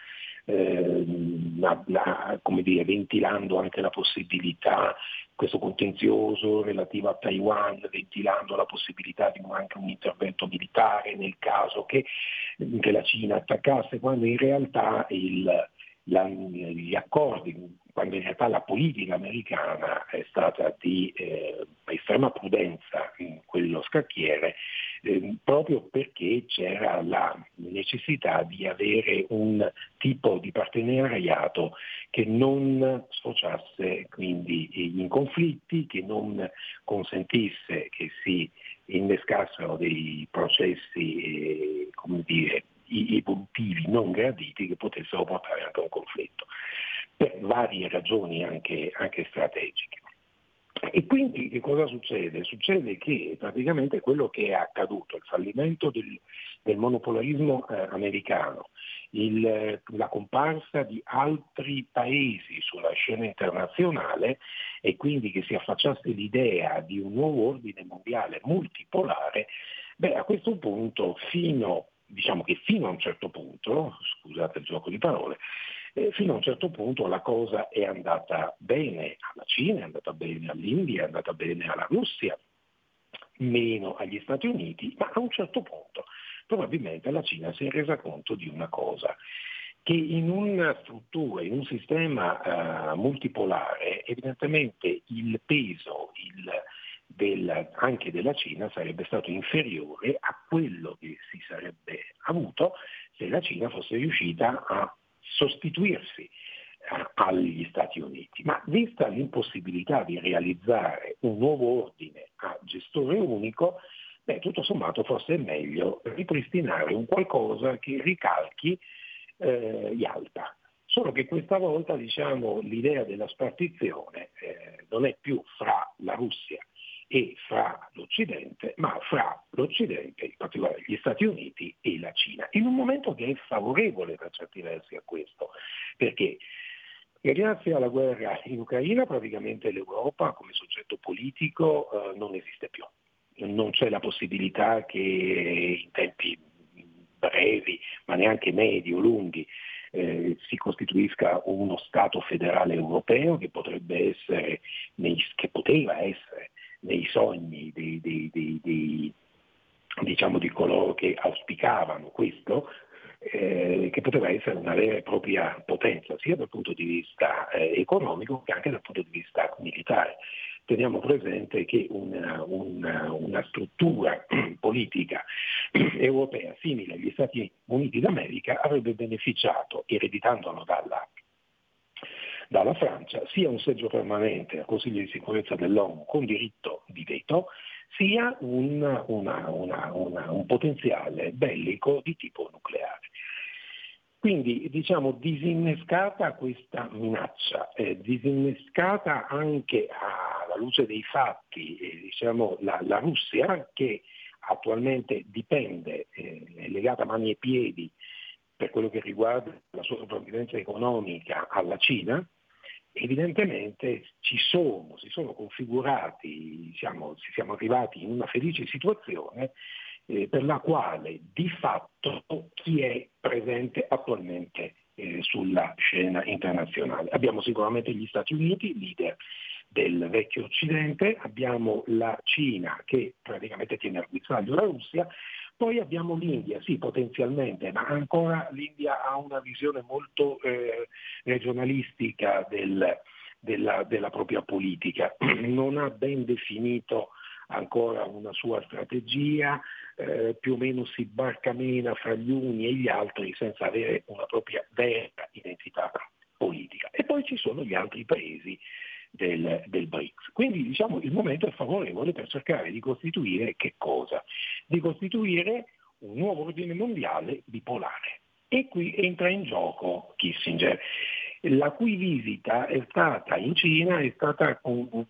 ventilando anche la possibilità, questo contenzioso relativo a Taiwan, ventilando la possibilità di anche un intervento militare nel caso che la Cina attaccasse, quando in realtà gli accordi, quando in realtà la politica americana è stata di estrema prudenza in quello scacchiere, proprio perché c'era la necessità di avere un tipo di partenariato che non sfociasse quindi in conflitti, che non consentisse che si innescassero dei processi evolutivi non graditi che potessero portare anche a un conflitto, per varie ragioni anche strategiche. E quindi che cosa succede? Succede che praticamente quello che è accaduto, il fallimento del monopolarismo americano, la comparsa di altri paesi sulla scena internazionale e quindi che si affacciasse l'idea di un nuovo ordine mondiale multipolare, Beh, a questo punto, fino a un certo punto, scusate il gioco di parole, fino a un certo punto la cosa è andata bene alla Cina, è andata bene all'India, è andata bene alla Russia, meno agli Stati Uniti, ma a un certo punto probabilmente la Cina si è resa conto di una cosa, che in una struttura, in un sistema multipolare, evidentemente il peso anche della Cina sarebbe stato inferiore a quello che si sarebbe avuto se la Cina fosse riuscita a sostituirsi agli Stati Uniti. Ma vista l'impossibilità di realizzare un nuovo ordine a gestore unico, tutto sommato forse è meglio ripristinare un qualcosa che ricalchi Yalta. Solo che questa volta l'idea della spartizione non è più fra la Russia e fra l'Occidente, ma fra l'Occidente, in particolare gli Stati Uniti e la Cina, in un momento che è favorevole per certi versi a questo, perché grazie alla guerra in Ucraina praticamente l'Europa come soggetto politico non esiste più. Non c'è la possibilità che in tempi brevi, ma neanche medi o lunghi, si costituisca uno Stato federale europeo che poteva essere nei sogni di coloro che auspicavano questo, che poteva essere una vera e propria potenza, sia dal punto di vista economico che anche dal punto di vista militare. Teniamo presente che una struttura politica europea simile agli Stati Uniti d'America avrebbe beneficiato, ereditandolo dalla Francia, sia un seggio permanente al Consiglio di sicurezza dell'ONU con diritto di veto, sia un potenziale bellico di tipo nucleare. Quindi disinnescata questa minaccia, disinnescata anche alla luce dei fatti, la Russia che attualmente dipende, è legata a mani e piedi per quello che riguarda la sua sopravvivenza economica alla Cina, evidentemente si sono configurati, siamo arrivati in una felice situazione per la quale di fatto chi è presente attualmente sulla scena internazionale. Abbiamo sicuramente gli Stati Uniti, leader del vecchio Occidente, abbiamo la Cina che praticamente tiene al guinzaglio la Russia, poi abbiamo l'India, sì potenzialmente, ma ancora l'India ha una visione molto regionalistica della propria politica, non ha ben definito ancora una sua strategia, più o meno si barcamena fra gli uni e gli altri senza avere una propria vera identità politica. E poi ci sono gli altri paesi del BRICS. Quindi il momento è favorevole per cercare di costituire che cosa? Di costituire un nuovo ordine mondiale bipolare. E qui entra in gioco Kissinger, la cui visita è stata in Cina, è stata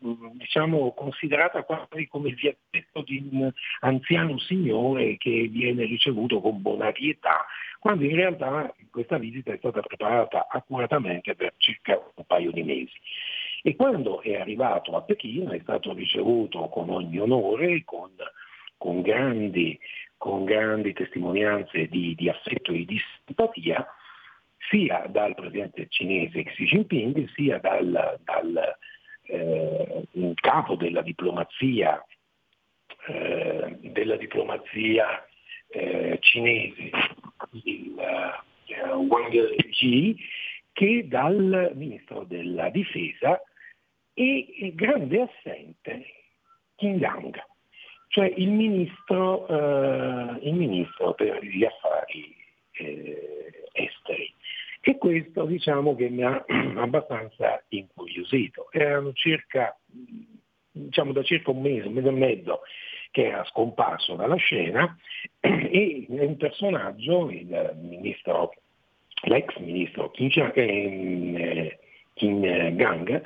considerata quasi come il viaggio di un anziano signore che viene ricevuto con bonarietà, quando in realtà questa visita è stata preparata accuratamente per circa un paio di mesi. E quando è arrivato a Pechino è stato ricevuto con ogni onore, con grandi testimonianze di affetto e di simpatia, sia dal presidente cinese Xi Jinping, sia dal capo della diplomazia cinese, Wang Yi, che dal ministro della difesa e grande assente Qin Gang, cioè il ministro per gli affari esteri. E questo che mi ha abbastanza incuriosito. Erano da circa un mese e mezzo che era scomparso dalla scena e un personaggio, l'ex ministro Qin Gang,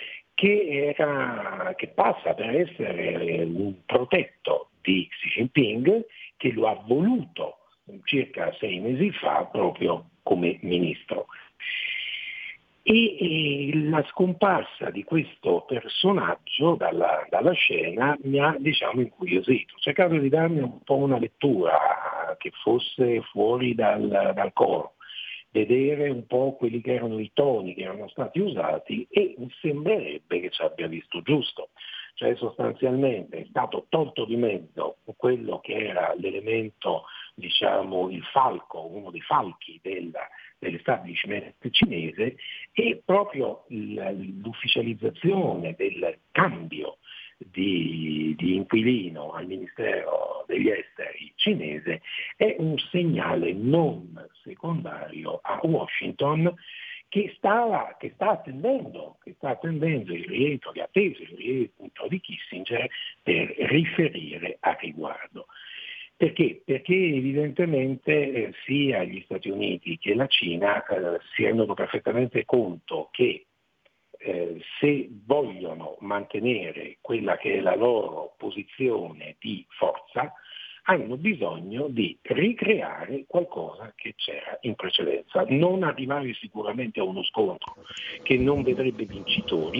che passa per essere un protetto di Xi Jinping, che lo ha voluto circa 6 mesi fa proprio come ministro. E la scomparsa di questo personaggio dalla scena mi ha, diciamo, incuriosito. Ho cercato di darmi un po' una lettura che fosse fuori dal coro, vedere un po' quelli che erano i toni che erano stati usati, e mi sembrerebbe che ci abbia visto giusto. Cioè sostanzialmente è stato tolto di mezzo quello che era l'elemento, diciamo, il falco, uno dei falchi dell'establishment cinese, e proprio l'ufficializzazione del cambio di inquilino al Ministero degli Esteri cinese è un segnale non secondario a Washington, che sta attendendo il rientro, che ha atteso il rientro di Kissinger per riferire a riguardo. Perché? Perché evidentemente sia gli Stati Uniti che la Cina si rendono perfettamente conto che se vogliono mantenere quella che è la loro posizione di forza, hanno bisogno di ricreare qualcosa che c'era in precedenza, non arrivare sicuramente a uno scontro che non vedrebbe vincitori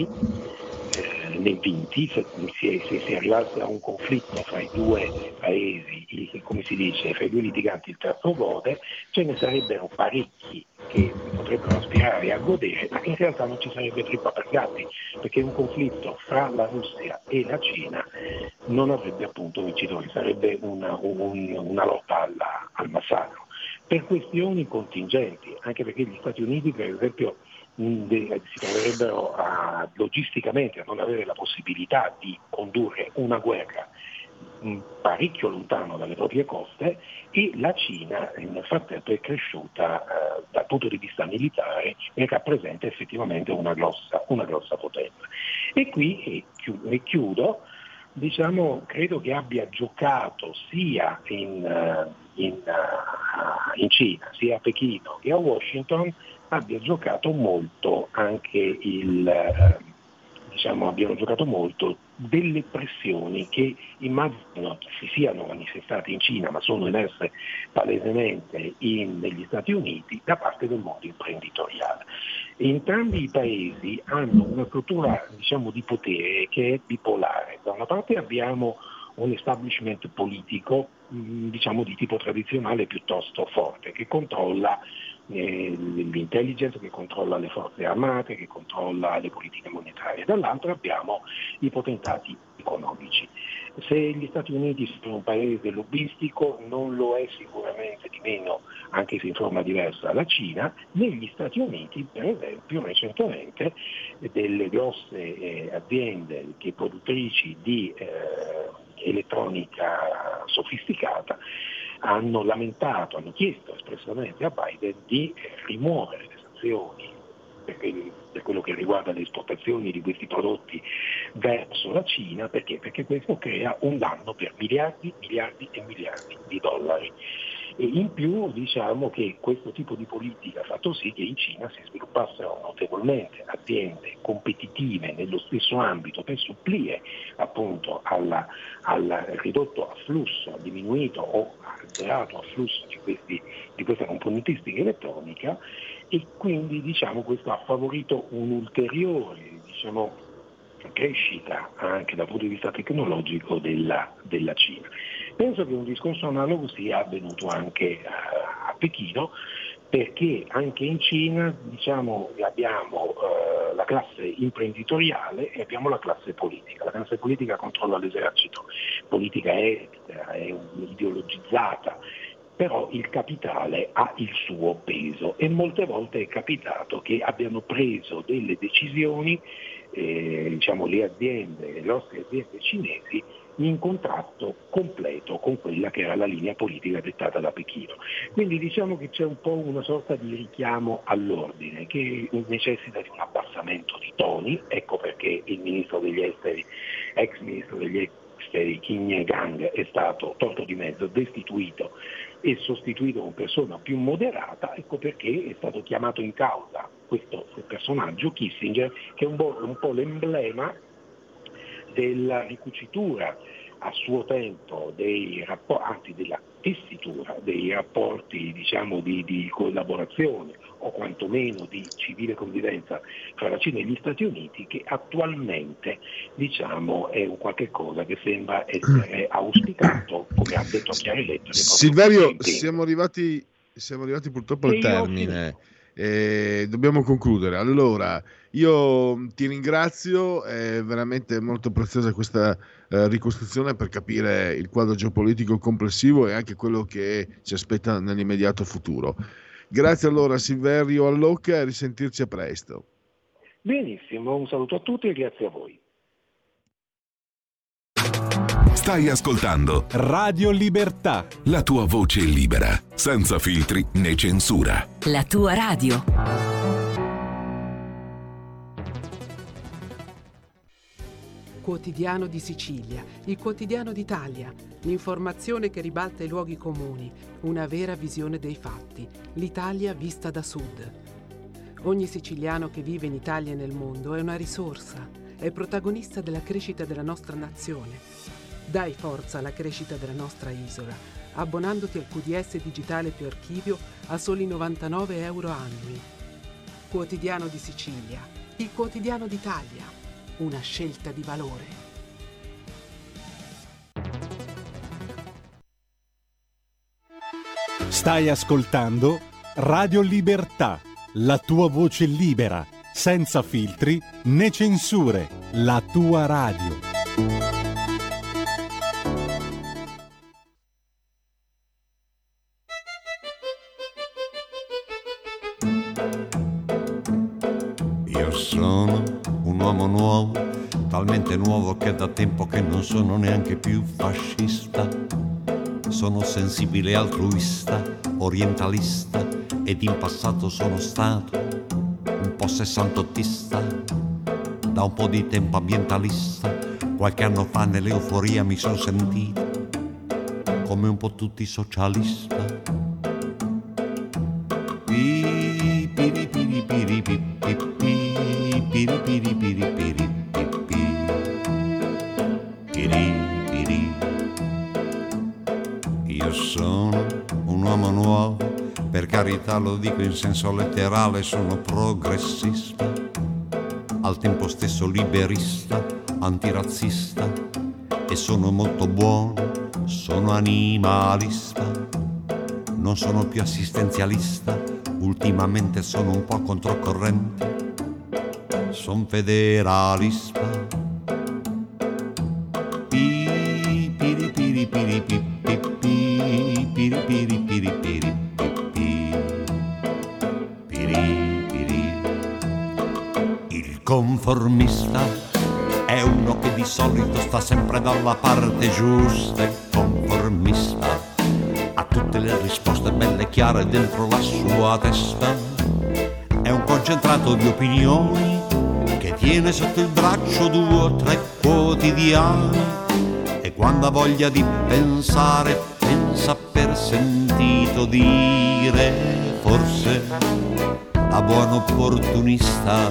né vinti. Se si arrivasse a un conflitto fra i due paesi, come si dice, fra i due litiganti il terzo gode, ce ne sarebbero parecchi che potrebbero aspirare a godere, ma in realtà non ci sarebbe trippa per gatti, perché un conflitto fra la Russia e la Cina non avrebbe appunto vincitori, sarebbe una lotta al massacro, per questioni contingenti, anche perché gli Stati Uniti per esempio si troverebbero logisticamente a non avere la possibilità di condurre una guerra parecchio lontano dalle proprie coste, e la Cina nel frattempo è cresciuta dal punto di vista militare e rappresenta effettivamente una grossa potenza. E qui chiudo, diciamo, credo che abbia giocato sia in Cina, sia a Pechino che a Washington, abbia giocato molto anche abbiano giocato molto delle pressioni che immagino si siano manifestate in Cina, ma sono emerse palesemente negli Stati Uniti da parte del mondo imprenditoriale. Entrambi i paesi hanno una struttura, diciamo, di potere che è bipolare. Da una parte abbiamo un establishment politico, diciamo, di tipo tradizionale piuttosto forte, che controlla l'intelligence, che controlla le forze armate, che controlla le politiche monetarie. Dall'altro abbiamo i potentati economici. Se gli Stati Uniti sono un paese lobbistico, non lo è sicuramente di meno, anche se in forma diversa, la Cina. Negli Stati Uniti, per esempio, recentemente delle grosse aziende che produttrici di elettronica sofisticata hanno chiesto espressamente a Biden di rimuovere le sanzioni per quello che riguarda le esportazioni di questi prodotti verso la Cina. Perché? Perché questo crea un danno per miliardi e miliardi di dollari. E in più diciamo che questo tipo di politica ha fatto sì che in Cina si sviluppassero notevolmente aziende competitive nello stesso ambito per supplire appunto al ridotto afflusso, al diminuito o azzerato afflusso di questa componentistica elettronica, e quindi diciamo questo ha favorito un'ulteriore, diciamo, crescita anche dal punto di vista tecnologico della Cina. Penso che un discorso analogo sia avvenuto anche a Pechino, perché anche in Cina, diciamo, abbiamo la classe imprenditoriale e abbiamo la classe politica. La classe politica controlla l'esercito, politica estera, è ideologizzata, però il capitale ha il suo peso e molte volte è capitato che abbiano preso delle decisioni, diciamo, le nostre aziende cinesi, in contrasto completo con quella che era la linea politica dettata da Pechino. Quindi diciamo che c'è un po' una sorta di richiamo all'ordine che necessita di un abbassamento di toni. Ecco perché il ministro degli esteri, ex ministro degli esteri Qin Gang, è stato tolto di mezzo, destituito e sostituito con persona più moderata. Ecco perché è stato chiamato in causa questo personaggio, Kissinger, che è un po' l'emblema della ricucitura a suo tempo della tessitura dei rapporti, diciamo, di collaborazione o quantomeno di civile convivenza fra la Cina e gli Stati Uniti, che attualmente diciamo è un qualche cosa che sembra essere auspicato, come ha detto a chiare lettere. Silverio, siamo arrivati purtroppo al termine. Dobbiamo concludere. Allora, io ti ringrazio, è veramente molto preziosa questa ricostruzione per capire il quadro geopolitico complessivo e anche quello che ci aspetta nell'immediato futuro. Grazie allora Silverio Allocca e a risentirci a presto. Benissimo, un saluto a tutti e grazie a voi. Stai ascoltando Radio Libertà, la tua voce libera, senza filtri né censura. La tua radio. Quotidiano di Sicilia, il quotidiano d'Italia, l'informazione che ribalta i luoghi comuni, una vera visione dei fatti, l'Italia vista da sud. Ogni siciliano che vive in Italia e nel mondo è una risorsa, è protagonista della crescita della nostra nazione. Dai forza alla crescita della nostra isola, abbonandoti al QDS digitale più archivio a soli 99 euro annui. Quotidiano di Sicilia, il quotidiano d'Italia, una scelta di valore. Stai ascoltando Radio Libertà, la tua voce libera, senza filtri né censure, la tua radio. Sono un uomo nuovo, talmente nuovo che da tempo che non sono neanche più fascista. Sono sensibile e altruista, orientalista, ed in passato sono stato un po' sessantottista, da un po' di tempo ambientalista. Qualche anno fa nell'euforia mi sono sentito come un po' tutti socialista. Io sono un uomo nuovo, per carità lo dico in senso letterale, sono progressista, al tempo stesso liberista, antirazzista, e sono molto buono, sono animalista, non sono più assistenzialista, ultimamente sono un po' controcorrente, son federalista. Il conformista è uno che di solito sta sempre dalla parte giusta. Il conformista ha tutte le risposte belle chiare dentro la sua testa. È un concentrato di opinioni che tiene sotto il braccio 2 o 3 quotidiani, e quando ha voglia di pensare pensa per sentito dire. Forse da buon opportunista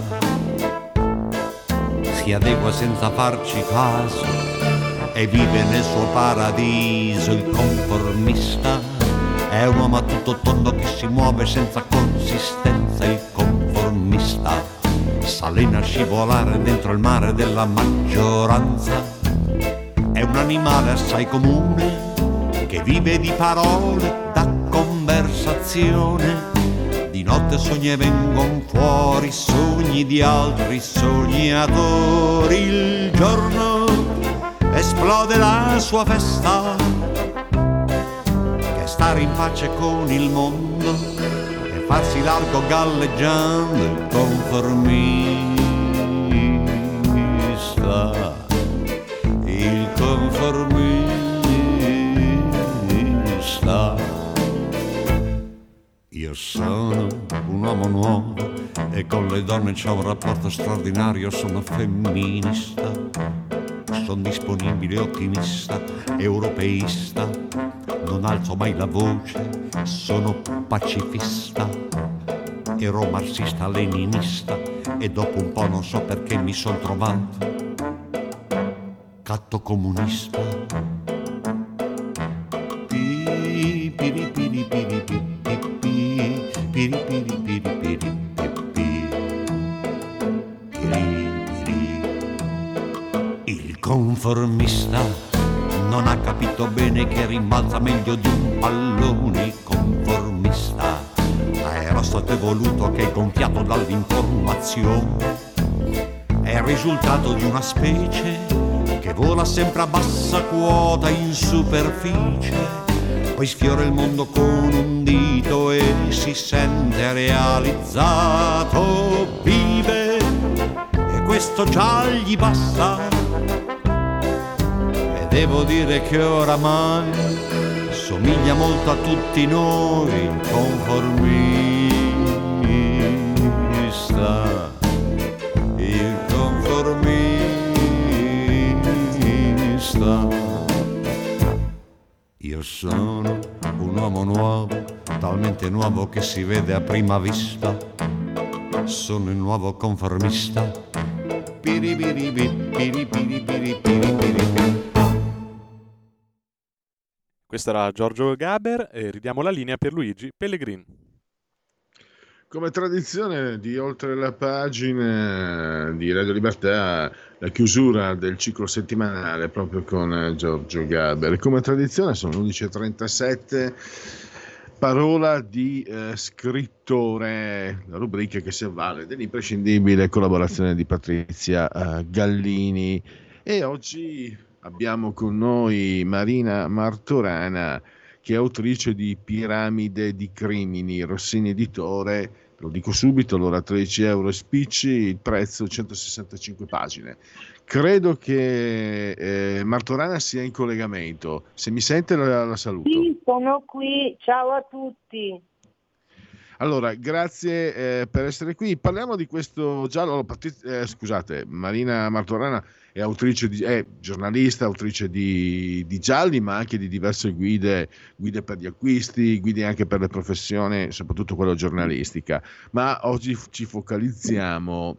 si adegua senza farci caso e vive nel suo paradiso. Il conformista è un uomo a tutto tondo che si muove senza consistenza. Il conformista s'allena a scivolare dentro il mare della maggioranza. È un animale assai comune che vive di parole, da conversazione. Di notte sogni e vengono fuori sogni di altri sognatori. Il giorno esplode la sua festa, che è stare in pace con il mondo e farsi largo galleggiando. Il conformista, il conformista. Io sono un uomo nuovo e con le donne c'ho un rapporto straordinario. Sono femminista, sono disponibile, ottimista, europeista, non alzo mai la voce, sono pacifista, ero marxista, leninista, e dopo un po' non so perché mi son trovato catto comunista. Piri piri piri piri piri piri piri piri piri conformista, non ha capito bene che rimbalza meglio di un pallone. Conformista, era stato evoluto che è gonfiato dall'informazione, è il risultato di una specie che vola sempre a bassa quota in superficie, poi sfiora il mondo con un dito e si sente realizzato. Vive e questo già gli basta, e devo dire che oramai somiglia molto a tutti noi. Il conformista, il conformista. Io sono un uomo nuovo, talmente nuovo che si vede a prima vista. Sono il nuovo conformista. Piribiribi, piribiri, piribiri. Questo era Giorgio Gaber e ridiamo la linea per Luigi Pellegrin. Come tradizione di Oltre la pagina di Radio Libertà, la chiusura del ciclo settimanale proprio con Giorgio Gaber. Come tradizione sono 11.37, parola di scrittore, la rubrica che si avvale dell'imprescindibile collaborazione di Patrizia Gallini. E oggi abbiamo con noi Marina Martorana, che è autrice di Piramide di crimini, Rossini editore, lo dico subito, allora 13 euro spicci, il prezzo 165 pagine. Credo che Martorana sia in collegamento, se mi sente la saluto. Sì, sono qui, ciao a tutti. Allora, grazie per essere qui. Parliamo di questo giallo. Scusate, Marina Martorana è autrice è giornalista, autrice di gialli, ma anche di diverse guide per gli acquisti, guide anche per le professioni, soprattutto quella giornalistica. Ma oggi ci focalizziamo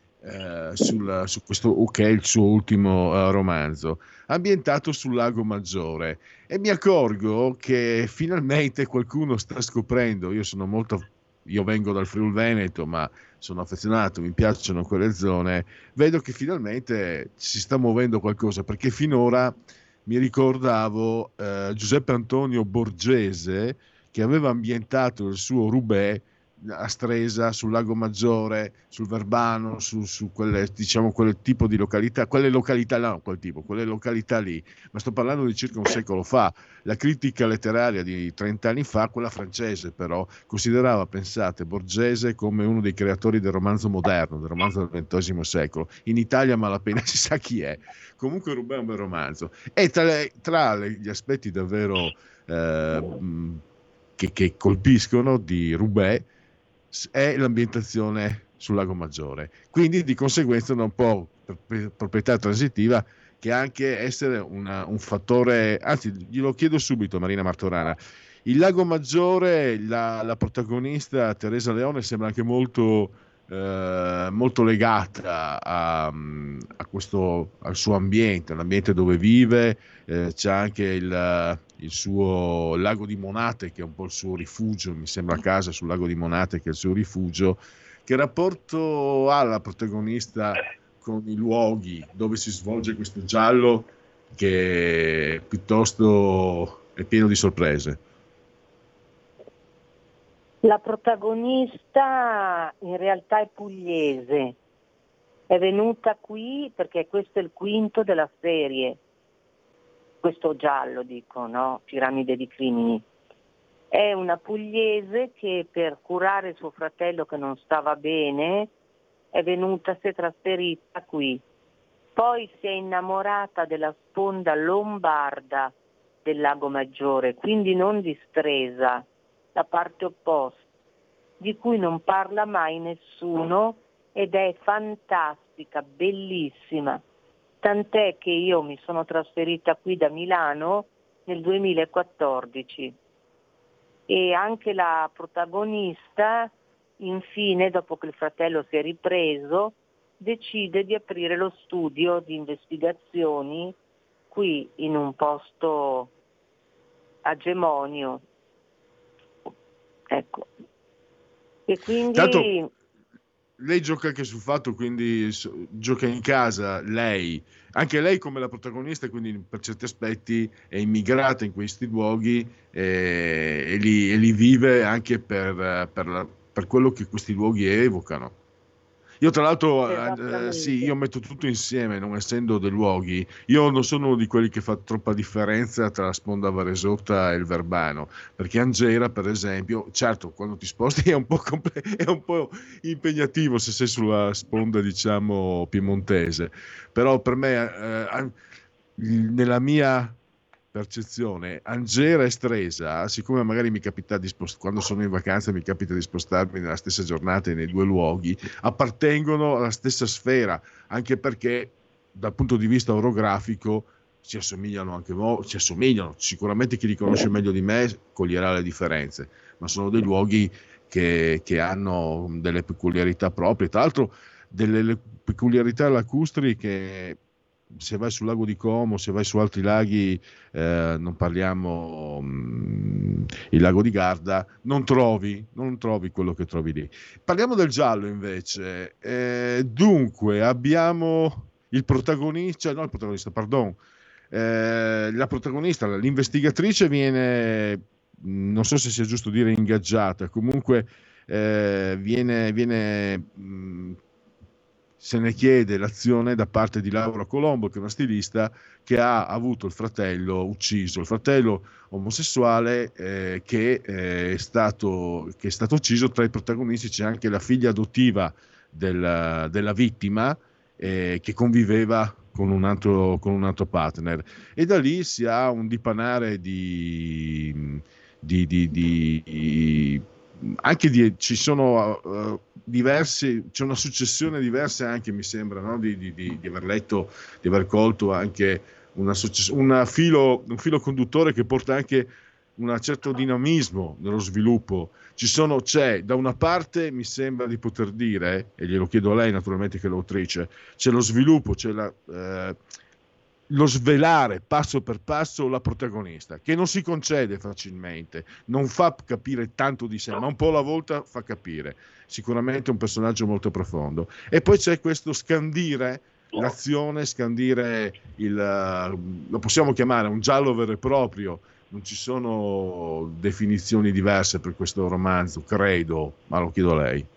su questo, che è il suo ultimo romanzo, ambientato sul Lago Maggiore, e mi accorgo che finalmente qualcuno sta scoprendo. Io vengo dal Friuli Veneto, ma sono affezionato, mi piacciono quelle zone. Vedo che finalmente si sta muovendo qualcosa, perché finora mi ricordavo Giuseppe Antonio Borgese, che aveva ambientato il suo Roubaix a Stresa, sul Lago Maggiore, sul Verbano, su quelle, diciamo, quel tipo di località, quelle località lì, ma sto parlando di circa un secolo fa. La critica letteraria di 30 anni fa, quella francese però, considerava, pensate, Borgese come uno dei creatori del romanzo moderno, del romanzo del XX secolo. In Italia malapena si sa chi è. Comunque Roubaix è un bel romanzo. E tra gli aspetti davvero che colpiscono di Roubaix è l'ambientazione sul Lago Maggiore, quindi di conseguenza non può, per proprietà transitiva, che anche essere un fattore. Anzi, glielo chiedo subito, Marina Martorana. Il Lago Maggiore, la protagonista Teresa Leone sembra anche molto legata al suo ambiente, all'ambiente dove vive. C'è anche il suo Lago di Monate, che è un po' il suo rifugio, mi sembra, a casa sul Lago di Monate, che è il suo rifugio. Che rapporto ha la protagonista con i luoghi dove si svolge questo giallo, che piuttosto è pieno di sorprese? La protagonista in realtà è pugliese, è venuta qui perché questo è il quinto della serie, questo giallo dico, no? Piramide di crimini. È una pugliese che per curare suo fratello che non stava bene è venuta, si è trasferita qui. Poi si è innamorata della sponda lombarda del Lago Maggiore, quindi non di Stresa, la parte opposta, di cui non parla mai nessuno ed è fantastica, bellissima. Tant'è che io mi sono trasferita qui da Milano nel 2014 e anche la protagonista, infine, dopo che il fratello si è ripreso, decide di aprire lo studio di investigazioni qui in un posto a Gemonio. Ecco. E quindi lei gioca anche sul fatto, quindi gioca in casa, anche lei come la protagonista, quindi per certi aspetti è immigrata in questi luoghi e li vive anche per quello che questi luoghi evocano. Io tra l'altro sì, io metto tutto insieme, non essendo dei luoghi, io non sono uno di quelli che fa troppa differenza tra la sponda varesota e il verbano, perché Angera per esempio, certo quando ti sposti è un po' impegnativo se sei sulla sponda diciamo piemontese, però per me nella mia percezione, Angera e Stresa, siccome magari mi capita quando sono in vacanza mi capita di spostarmi nella stessa giornata nei due luoghi, appartengono alla stessa sfera, anche perché dal punto di vista orografico si assomigliano sicuramente chi li conosce meglio di me coglierà le differenze, ma sono dei luoghi che hanno delle peculiarità proprie, tra l'altro delle peculiarità lacustri che se vai sul lago di Como, se vai su altri laghi, non parliamo il lago di Garda, non trovi quello che trovi lì. Parliamo del giallo invece. Dunque abbiamo la protagonista, l'investigatrice viene, non so se sia giusto dire ingaggiata, comunque viene se ne chiede l'azione da parte di Laura Colombo, che è una stilista che ha avuto il fratello ucciso, il fratello omosessuale che è stato ucciso. Tra i protagonisti c'è anche la figlia adottiva della vittima che conviveva con un altro partner, e da lì si ha un dipanare ci sono diversi, c'è una successione diversa anche, mi sembra, no? di aver letto, di aver colto anche un filo conduttore che porta anche un certo dinamismo nello sviluppo. C'è da una parte, mi sembra di poter dire, e glielo chiedo a lei naturalmente che è l'autrice, c'è lo sviluppo, c'è lo svelare passo per passo la protagonista, che non si concede facilmente, non fa capire tanto di sé, ma un po' alla volta fa capire. Sicuramente un personaggio molto profondo. E poi c'è questo scandire l'azione, lo possiamo chiamare un giallo vero e proprio. Non ci sono definizioni diverse per questo romanzo, credo, ma lo chiedo a lei.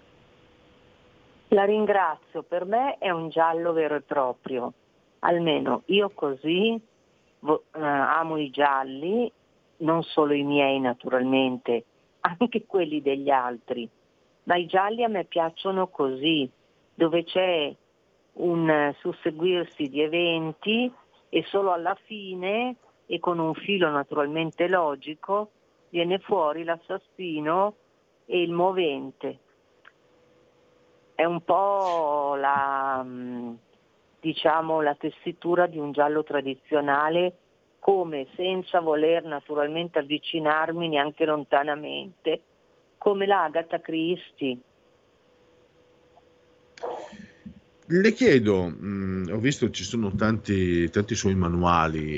La ringrazio, per me è un giallo vero e proprio. Almeno io così amo i gialli, non solo i miei naturalmente, anche quelli degli altri, ma i gialli a me piacciono così, dove c'è un susseguirsi di eventi e solo alla fine, e con un filo naturalmente logico, viene fuori l'assassino e il movente. È un po' la tessitura di un giallo tradizionale, come, senza voler naturalmente avvicinarmi neanche lontanamente, come l'Agatha Christie. Le chiedo, ho visto ci sono tanti suoi manuali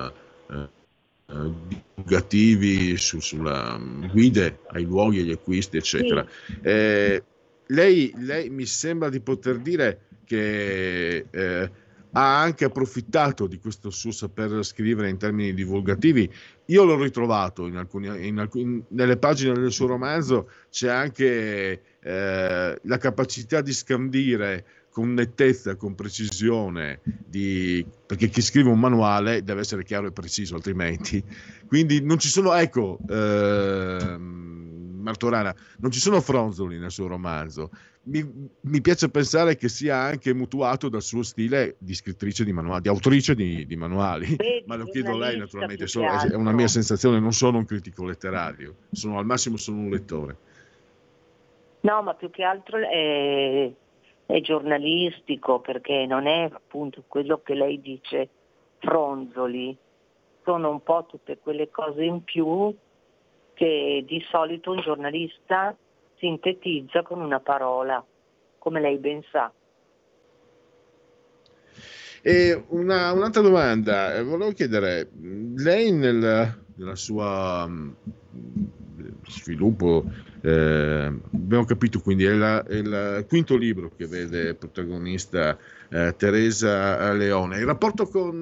divulgativi sulla guide ai luoghi, agli acquisti, eccetera. Sì. Lei mi sembra di poter dire che ha anche approfittato di questo suo saper scrivere in termini divulgativi. Io l'ho ritrovato nelle pagine del suo romanzo, c'è anche la capacità di scandire con nettezza, con precisione, perché chi scrive un manuale deve essere chiaro e preciso, altrimenti. Quindi non ci sono, Martorana, non ci sono fronzoli nel suo romanzo. Mi piace pensare che sia anche mutuato dal suo stile di scrittrice di manuali, di autrice di manuali. Ma lo chiedo a lei naturalmente, è una mia sensazione, non sono un critico letterario, al massimo sono un lettore. No, ma più che altro è giornalistico, perché non è appunto quello che lei dice fronzoli, sono un po' tutte quelle cose in più che di solito un giornalista sintetizza con una parola, come lei ben sa. E un'altra domanda, volevo chiedere, lei nella sua sviluppo, abbiamo capito, quindi è il quinto libro che vede protagonista Teresa Leone. Il rapporto con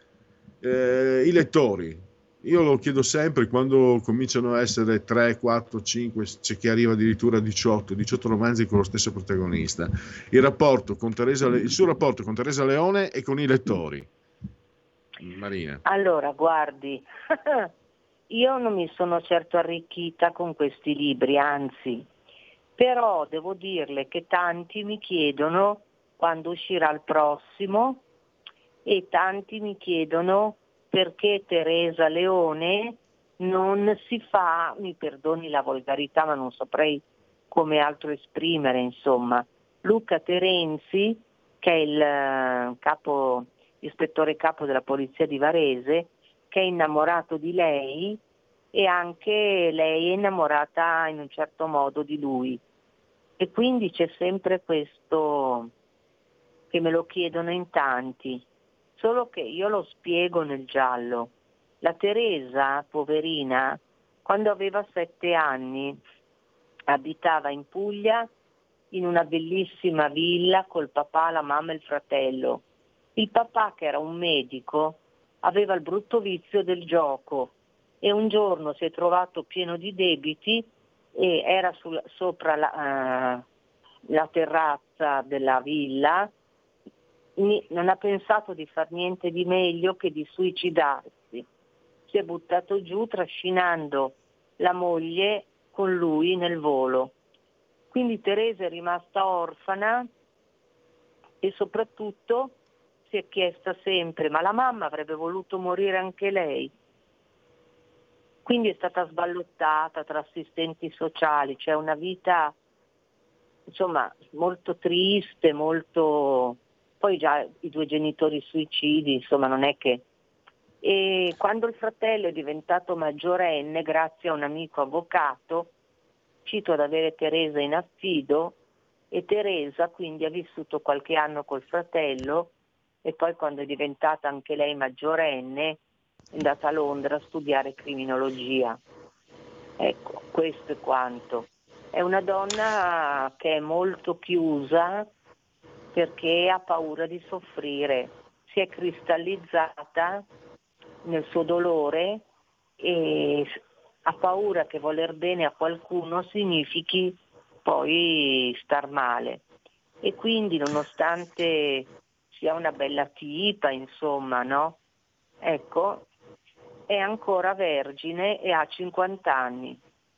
i lettori, io lo chiedo sempre quando cominciano a essere 3, 4, 5, c'è chi arriva addirittura a 18 romanzi con lo stesso protagonista. Il suo rapporto con Teresa Leone e con i lettori. Marina. Allora, guardi, io non mi sono certo arricchita con questi libri, anzi, però devo dirle che tanti mi chiedono quando uscirà il prossimo e tanti mi chiedono perché Teresa Leone non si fa, mi perdoni la volgarità, ma non saprei come altro esprimere, insomma, Luca Terenzi, che è il ispettore capo della polizia di Varese, che è innamorato di lei e anche lei è innamorata in un certo modo di lui. E quindi c'è sempre questo che me lo chiedono in tanti. Solo che io lo spiego nel giallo. La Teresa, poverina, quando aveva 7 anni, abitava in Puglia in una bellissima villa col papà, la mamma e il fratello. Il papà, che era un medico, aveva il brutto vizio del gioco e un giorno si è trovato pieno di debiti e era sopra la terrazza della villa. Non ha pensato di far niente di meglio che di suicidarsi. Si è buttato giù trascinando la moglie con lui nel volo. Quindi Teresa è rimasta orfana e soprattutto si è chiesta sempre: ma la mamma avrebbe voluto morire anche lei? Quindi è stata sballottata tra assistenti sociali, cioè una vita insomma molto triste, molto... Poi già i 2 genitori suicidi, insomma non è che... E quando il fratello è diventato maggiorenne, grazie a un amico avvocato, riuscito ad avere Teresa in affido, e Teresa quindi ha vissuto qualche anno col fratello e poi quando è diventata anche lei maggiorenne è andata a Londra a studiare criminologia. Ecco, questo è quanto. È una donna che è molto chiusa perché ha paura di soffrire, si è cristallizzata nel suo dolore e ha paura che voler bene a qualcuno significhi poi star male. E quindi nonostante sia una bella tipa, insomma, no? Ecco, è ancora vergine e ha 50 anni.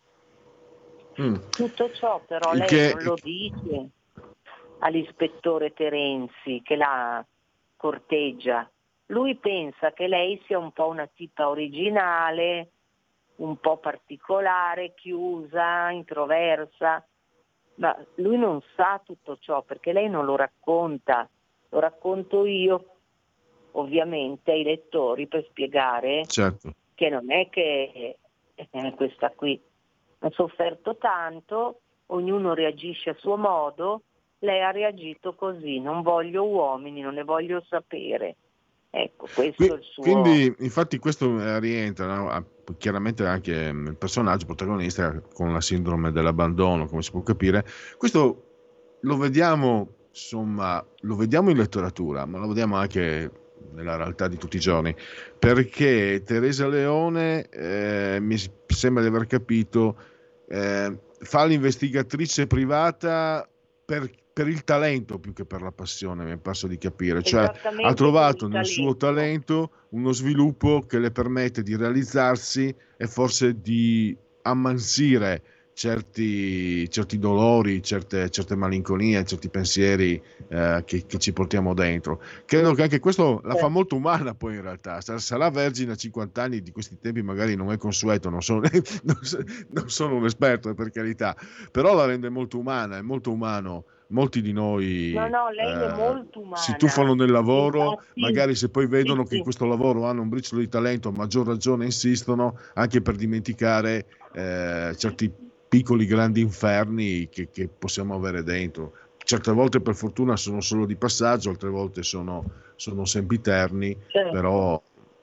Tutto ciò però lei non lo dice all'ispettore Terenzi che la corteggia. Lui pensa che lei sia un po' una tipa originale, un po' particolare, chiusa, introversa, ma lui non sa tutto ciò perché lei non lo racconta, lo racconto io ovviamente ai lettori per spiegare che non è che questa qui ha sofferto tanto, ognuno reagisce a suo modo, lei ha reagito così, non voglio uomini, non ne voglio sapere. Ecco, questo è il suo... Quindi, infatti, questo rientra, no? Chiaramente anche il personaggio protagonista con la sindrome dell'abbandono, come si può capire. Questo lo vediamo, insomma, lo vediamo in letteratura, ma lo vediamo anche nella realtà di tutti i giorni, perché Teresa Leone, mi sembra di aver capito, fa l'investigatrice privata per il talento più che per la passione, mi è parso di capire, cioè ha trovato nel suo talento uno sviluppo che le permette di realizzarsi e forse di ammansire certi dolori, certe malinconie, certi pensieri che ci portiamo dentro. Credo che anche questo la fa molto umana poi in realtà. Sarà vergine a 50 anni, di questi tempi magari non è consueto, non sono un esperto per carità, però la rende molto umana, è molto umano. Molti di noi lei è molto umana. Si tuffano nel lavoro, infatti, magari se poi vedono che in questo lavoro hanno un briciolo di talento, a maggior ragione insistono anche per dimenticare certi piccoli grandi inferni che possiamo avere dentro. Certe volte per fortuna sono solo di passaggio, altre volte sono sempiterni, però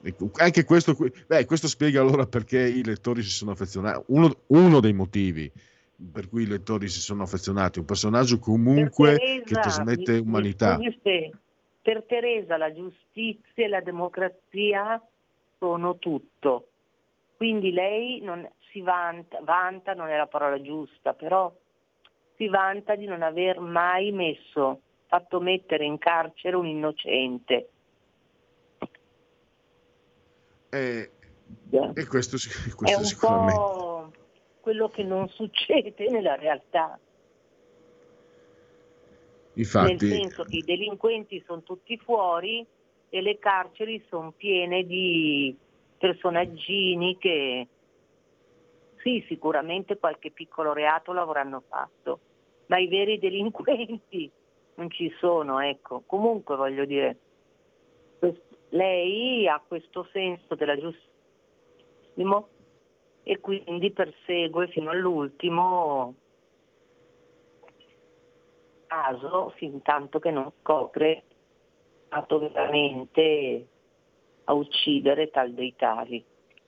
Anche questo, questo spiega allora perché i lettori si sono affezionati. Uno dei motivi per cui i lettori si sono affezionati, un personaggio comunque Teresa, che trasmette umanità. Per Teresa la giustizia e la democrazia sono tutto. Quindi lei non si vanta non è la parola giusta, però si vanta di non aver mai fatto mettere in carcere un innocente. E questo è un sicuramente. Po' quello che non succede nella realtà. Infatti, nel senso che i delinquenti sono tutti fuori e le carceri sono piene di personaggini che sì, sicuramente qualche piccolo reato l'avranno fatto, ma i veri delinquenti non ci sono, ecco. Comunque voglio dire, lei ha questo senso della giustizia e quindi persegue fino all'ultimo caso, fin tanto che non scopre stato veramente a uccidere tal dei tali.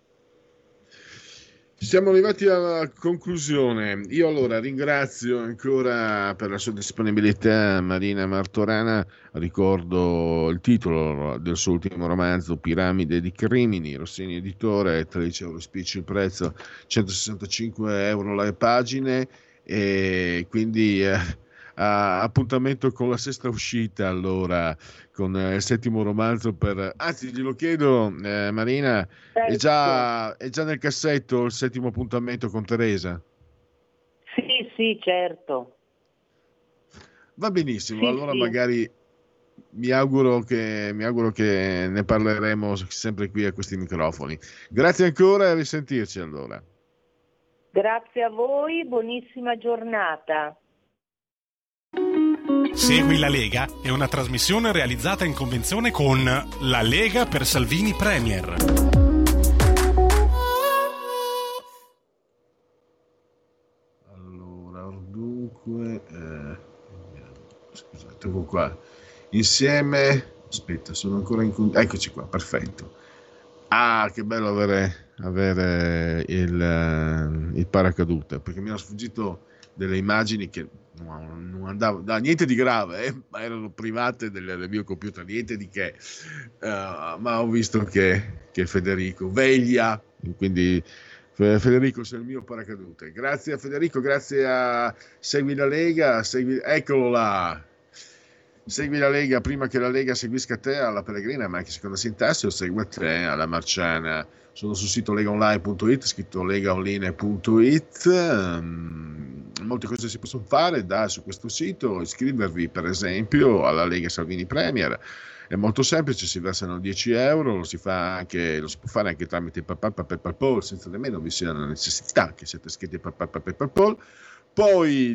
Siamo arrivati alla conclusione. Io allora ringrazio ancora per la sua disponibilità Marina Martorana. Ricordo il titolo del suo ultimo romanzo, Piramide di crimini, Rossini editore, 13 euro spicci il prezzo, 165 euro le pagine, e quindi appuntamento con la sesta uscita, allora con il settimo romanzo anzi glielo chiedo, Marina, è già nel cassetto il settimo appuntamento con Teresa? Sì, certo. Va benissimo, sì, allora sì. Magari mi auguro che ne parleremo sempre qui a questi microfoni. Grazie ancora e a risentirci allora. Grazie a voi, buonissima giornata. Segui la Lega è una trasmissione realizzata in convenzione con La Lega per Salvini Premier. Allora, dunque, scusate, qua. Insieme, aspetta, sono ancora eccoci qua, perfetto. Ah, che bello avere il paracadute, perché mi era sfuggito delle immagini che non andava niente di grave, ma erano private del mio computer, niente di che, ma ho visto che Federico veglia, quindi Federico sei il mio paracadute. Grazie a Federico, grazie a Segui la Lega, eccolo là. Segui la Lega prima che la Lega seguisca te alla Pellegrina, ma anche seconda sintassi, o segua te alla Marciana. Sono sul sito legaonline.it, scritto legaonline.it. Molte cose si possono fare su questo sito, iscrivervi per esempio alla Lega Salvini Premier. È molto semplice, si versano 10 euro, lo si può fare anche tramite PayPal, senza nemmeno vi sia la necessità che siate iscritti a PayPal. Poi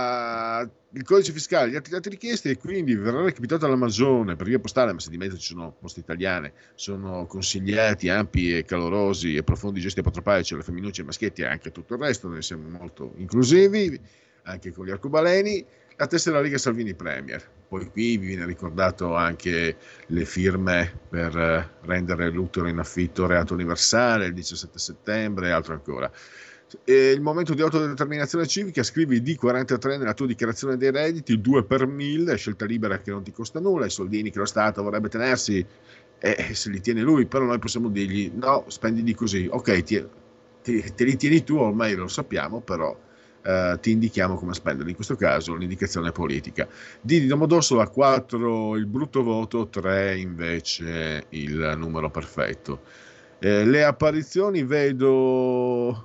il codice fiscale, gli atti richiesti, e quindi verrà recapitato alla Masone per via postale, ma se di mezzo ci sono Poste Italiane, sono consigliati ampi e calorosi e profondi gesti apotropaici alle femminucce e maschietti e anche tutto il resto, noi siamo molto inclusivi, anche con gli arcobaleni. La tessera Lega Salvini Premier. Poi qui vi viene ricordato anche le firme per rendere l'utero in affitto reato universale il 17 settembre e altro ancora. Il momento di autodeterminazione civica, scrivi D43 nella tua dichiarazione dei redditi, il 2 per 1000, scelta libera che non ti costa nulla, i soldini che lo Stato vorrebbe tenersi, se li tiene lui, però noi possiamo dirgli no, spendili così, ok, te li tieni tu, ormai lo sappiamo, però ti indichiamo come spenderli, in questo caso l'indicazione politica. D di Domodossola, 4 il brutto voto, 3 invece il numero perfetto. Le apparizioni vedo...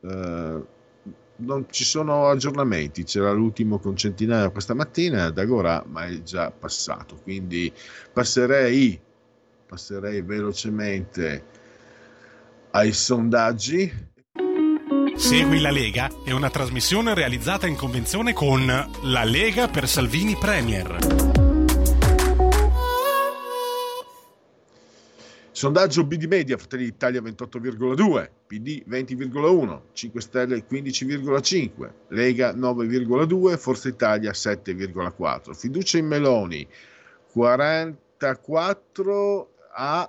non ci sono aggiornamenti, c'era l'ultimo con Centinaio questa mattina, D'Agora, ma è già passato, quindi passerei velocemente ai sondaggi. Segui la Lega è una trasmissione realizzata in convenzione con La Lega per Salvini Premier. Sondaggio BD Media, Fratelli d'Italia 28,2, PD 20,1, 5 Stelle 15,5, Lega 9,2, Forza Italia 7,4. Fiducia in Meloni 44, a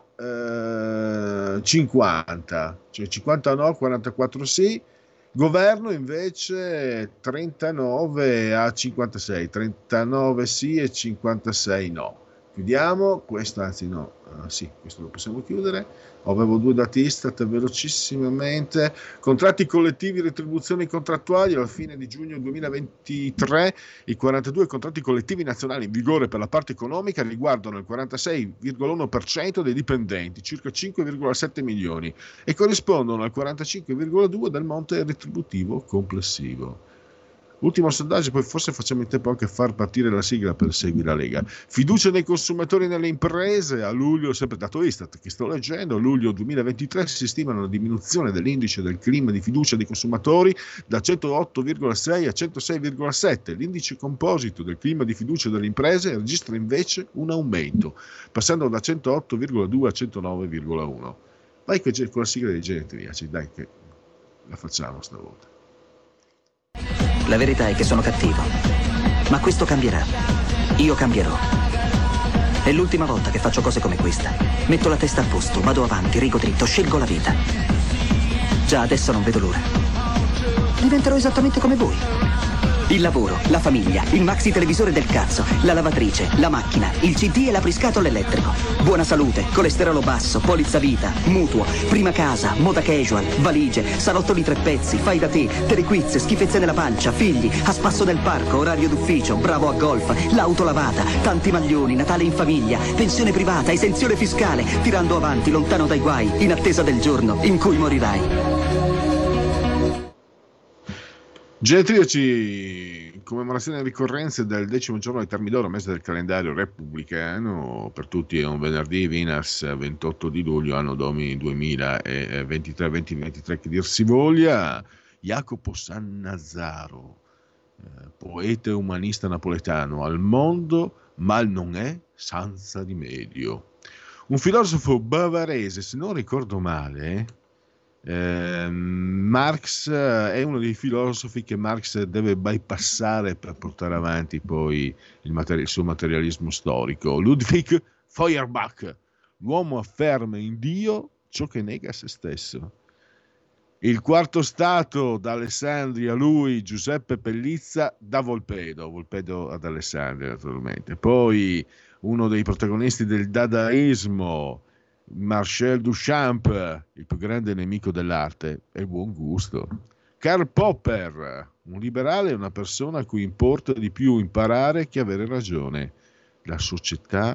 50, cioè 50 no, 44 sì. Governo invece 39 a 56, 39 sì e 56 no. Chiudiamo questo, anzi no, sì, questo lo possiamo chiudere. Avevo due dati Istat velocissimamente. Contratti collettivi, retribuzioni contrattuali alla fine di giugno 2023. I 42 contratti collettivi nazionali in vigore per la parte economica riguardano il 46,1% dei dipendenti, circa 5,7 milioni, e corrispondono al 45,2% del monte retributivo complessivo. Ultimo sondaggio, poi forse facciamo in tempo anche a far partire la sigla per Segui la Lega. Fiducia dei consumatori nelle imprese. A luglio, sempre dato Istat che sto leggendo, a luglio 2023 si stima una diminuzione dell'indice del clima di fiducia dei consumatori da 108,6 a 106,7. L'indice composito del clima di fiducia delle imprese registra invece un aumento, passando da 108,2 a 109,1. Vai con la sigla dei genetriaci, dai che la facciamo stavolta. La verità è che sono cattivo, ma questo cambierà. Io cambierò. È l'ultima volta che faccio cose come questa. Metto la testa a posto, vado avanti, rigo dritto, scelgo la vita. Già adesso non vedo l'ora. Diventerò esattamente come voi. Il lavoro, la famiglia, il maxi televisore del cazzo, la lavatrice, la macchina, il CD e l'apriscatole elettrico. Buona salute, colesterolo basso, polizza vita, mutuo, prima casa, moda casual, valigie, salottoli 3 pezzi, fai da te, telequiz, schifezze nella pancia, figli, a spasso del parco, orario d'ufficio, bravo a golf, l'auto lavata, tanti maglioni, Natale in famiglia, pensione privata, esenzione fiscale, tirando avanti, lontano dai guai, in attesa del giorno in cui morirai. Genetriaci, commemorazione e ricorrenze del 10° giorno di Termidoro, mese del calendario repubblicano. Per tutti è un venerdì, Vinas 28 di luglio, anno domini 2023 che dir si voglia. Jacopo Sannazzaro, poeta e umanista napoletano, al mondo mal non è senza rimedio. Un filosofo bavarese, se non ricordo male. Marx è uno dei filosofi che Marx deve bypassare per portare avanti poi il suo materialismo storico. Ludwig Feuerbach, l'uomo afferma in Dio ciò che nega a se stesso. Il quarto stato da Alessandria, lui, Giuseppe Pellizza da Volpedo ad Alessandria naturalmente. Poi uno dei protagonisti del dadaismo, Marcel Duchamp, il più grande nemico dell'arte è il buon gusto. Karl Popper, un liberale è una persona a cui importa di più imparare che avere ragione. La società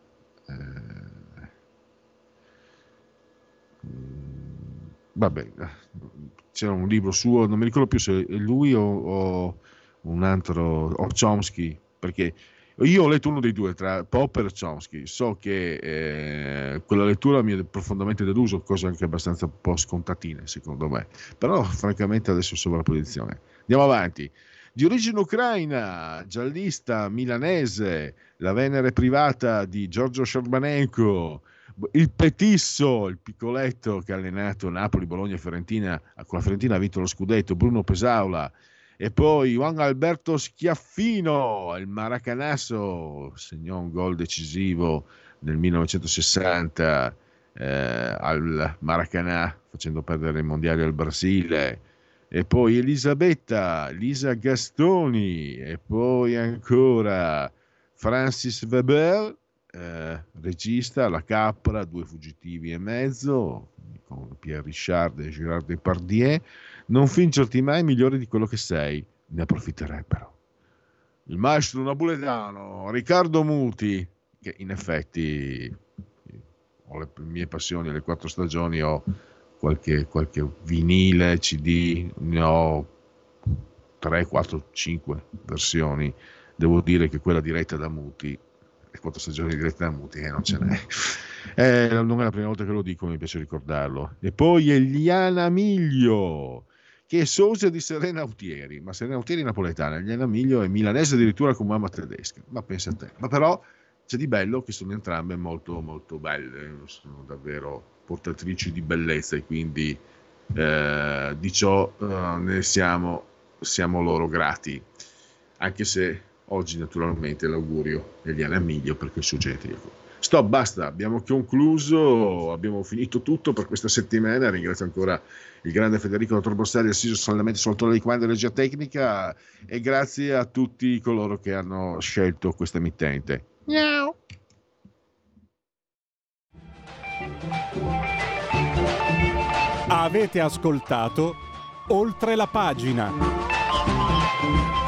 vabbè, c'era un libro suo, non mi ricordo più se è lui o un altro, o Chomsky, perché io ho letto uno dei due, tra Popper e Chomsky. So che quella lettura mi è profondamente deluso, cose anche abbastanza un po' scontatine secondo me, però francamente adesso sovrapposizione. Andiamo avanti. Di origine ucraina, giallista milanese, la Venere privata di Giorgio Sciarbanenko, il Petisso, il piccoletto che ha allenato Napoli, Bologna e Fiorentina, con la Fiorentina ha vinto lo scudetto, Bruno Pesaula. E poi Juan Alberto Schiaffino, il Maracanazo, segnò un gol decisivo nel 1960 al Maracanã, facendo perdere i mondiali al Brasile. E poi Lisa Gastoni, e poi ancora Francis Weber, regista, La Capra, Due fuggitivi e mezzo, con Pierre Richard e Gérard Depardieu. Non fingerti mai migliore di quello che sei, ne approfitterebbero. Il maestro napoletano Riccardo Muti, che in effetti ho le mie passioni, le 4 stagioni, ho qualche vinile, CD, ne ho 3, 4, 5 versioni. Devo dire che quella diretta da Muti, le 4 stagioni dirette da Muti, non ce n'è. Non è la prima volta che lo dico, mi piace ricordarlo. E poi Eliana Miglio, che è sosia di Serena Autieri, ma Serena Autieri è napoletana, Eliana Miglio è milanese addirittura con mamma tedesca, ma pensa a te. Ma però c'è di bello che sono entrambe molto molto belle, sono davvero portatrici di bellezza, e quindi di ciò ne siamo loro grati, anche se oggi naturalmente l'augurio Eliana Miglio perché il suo genetriaco. Stop, basta, abbiamo concluso, abbiamo finito tutto per questa settimana. Ringrazio ancora il grande Federico Dottor Borsari, assiso solamente sul trono di comando di regia tecnica, e grazie a tutti coloro che hanno scelto questa emittente. Miau. Avete ascoltato Oltre la pagina.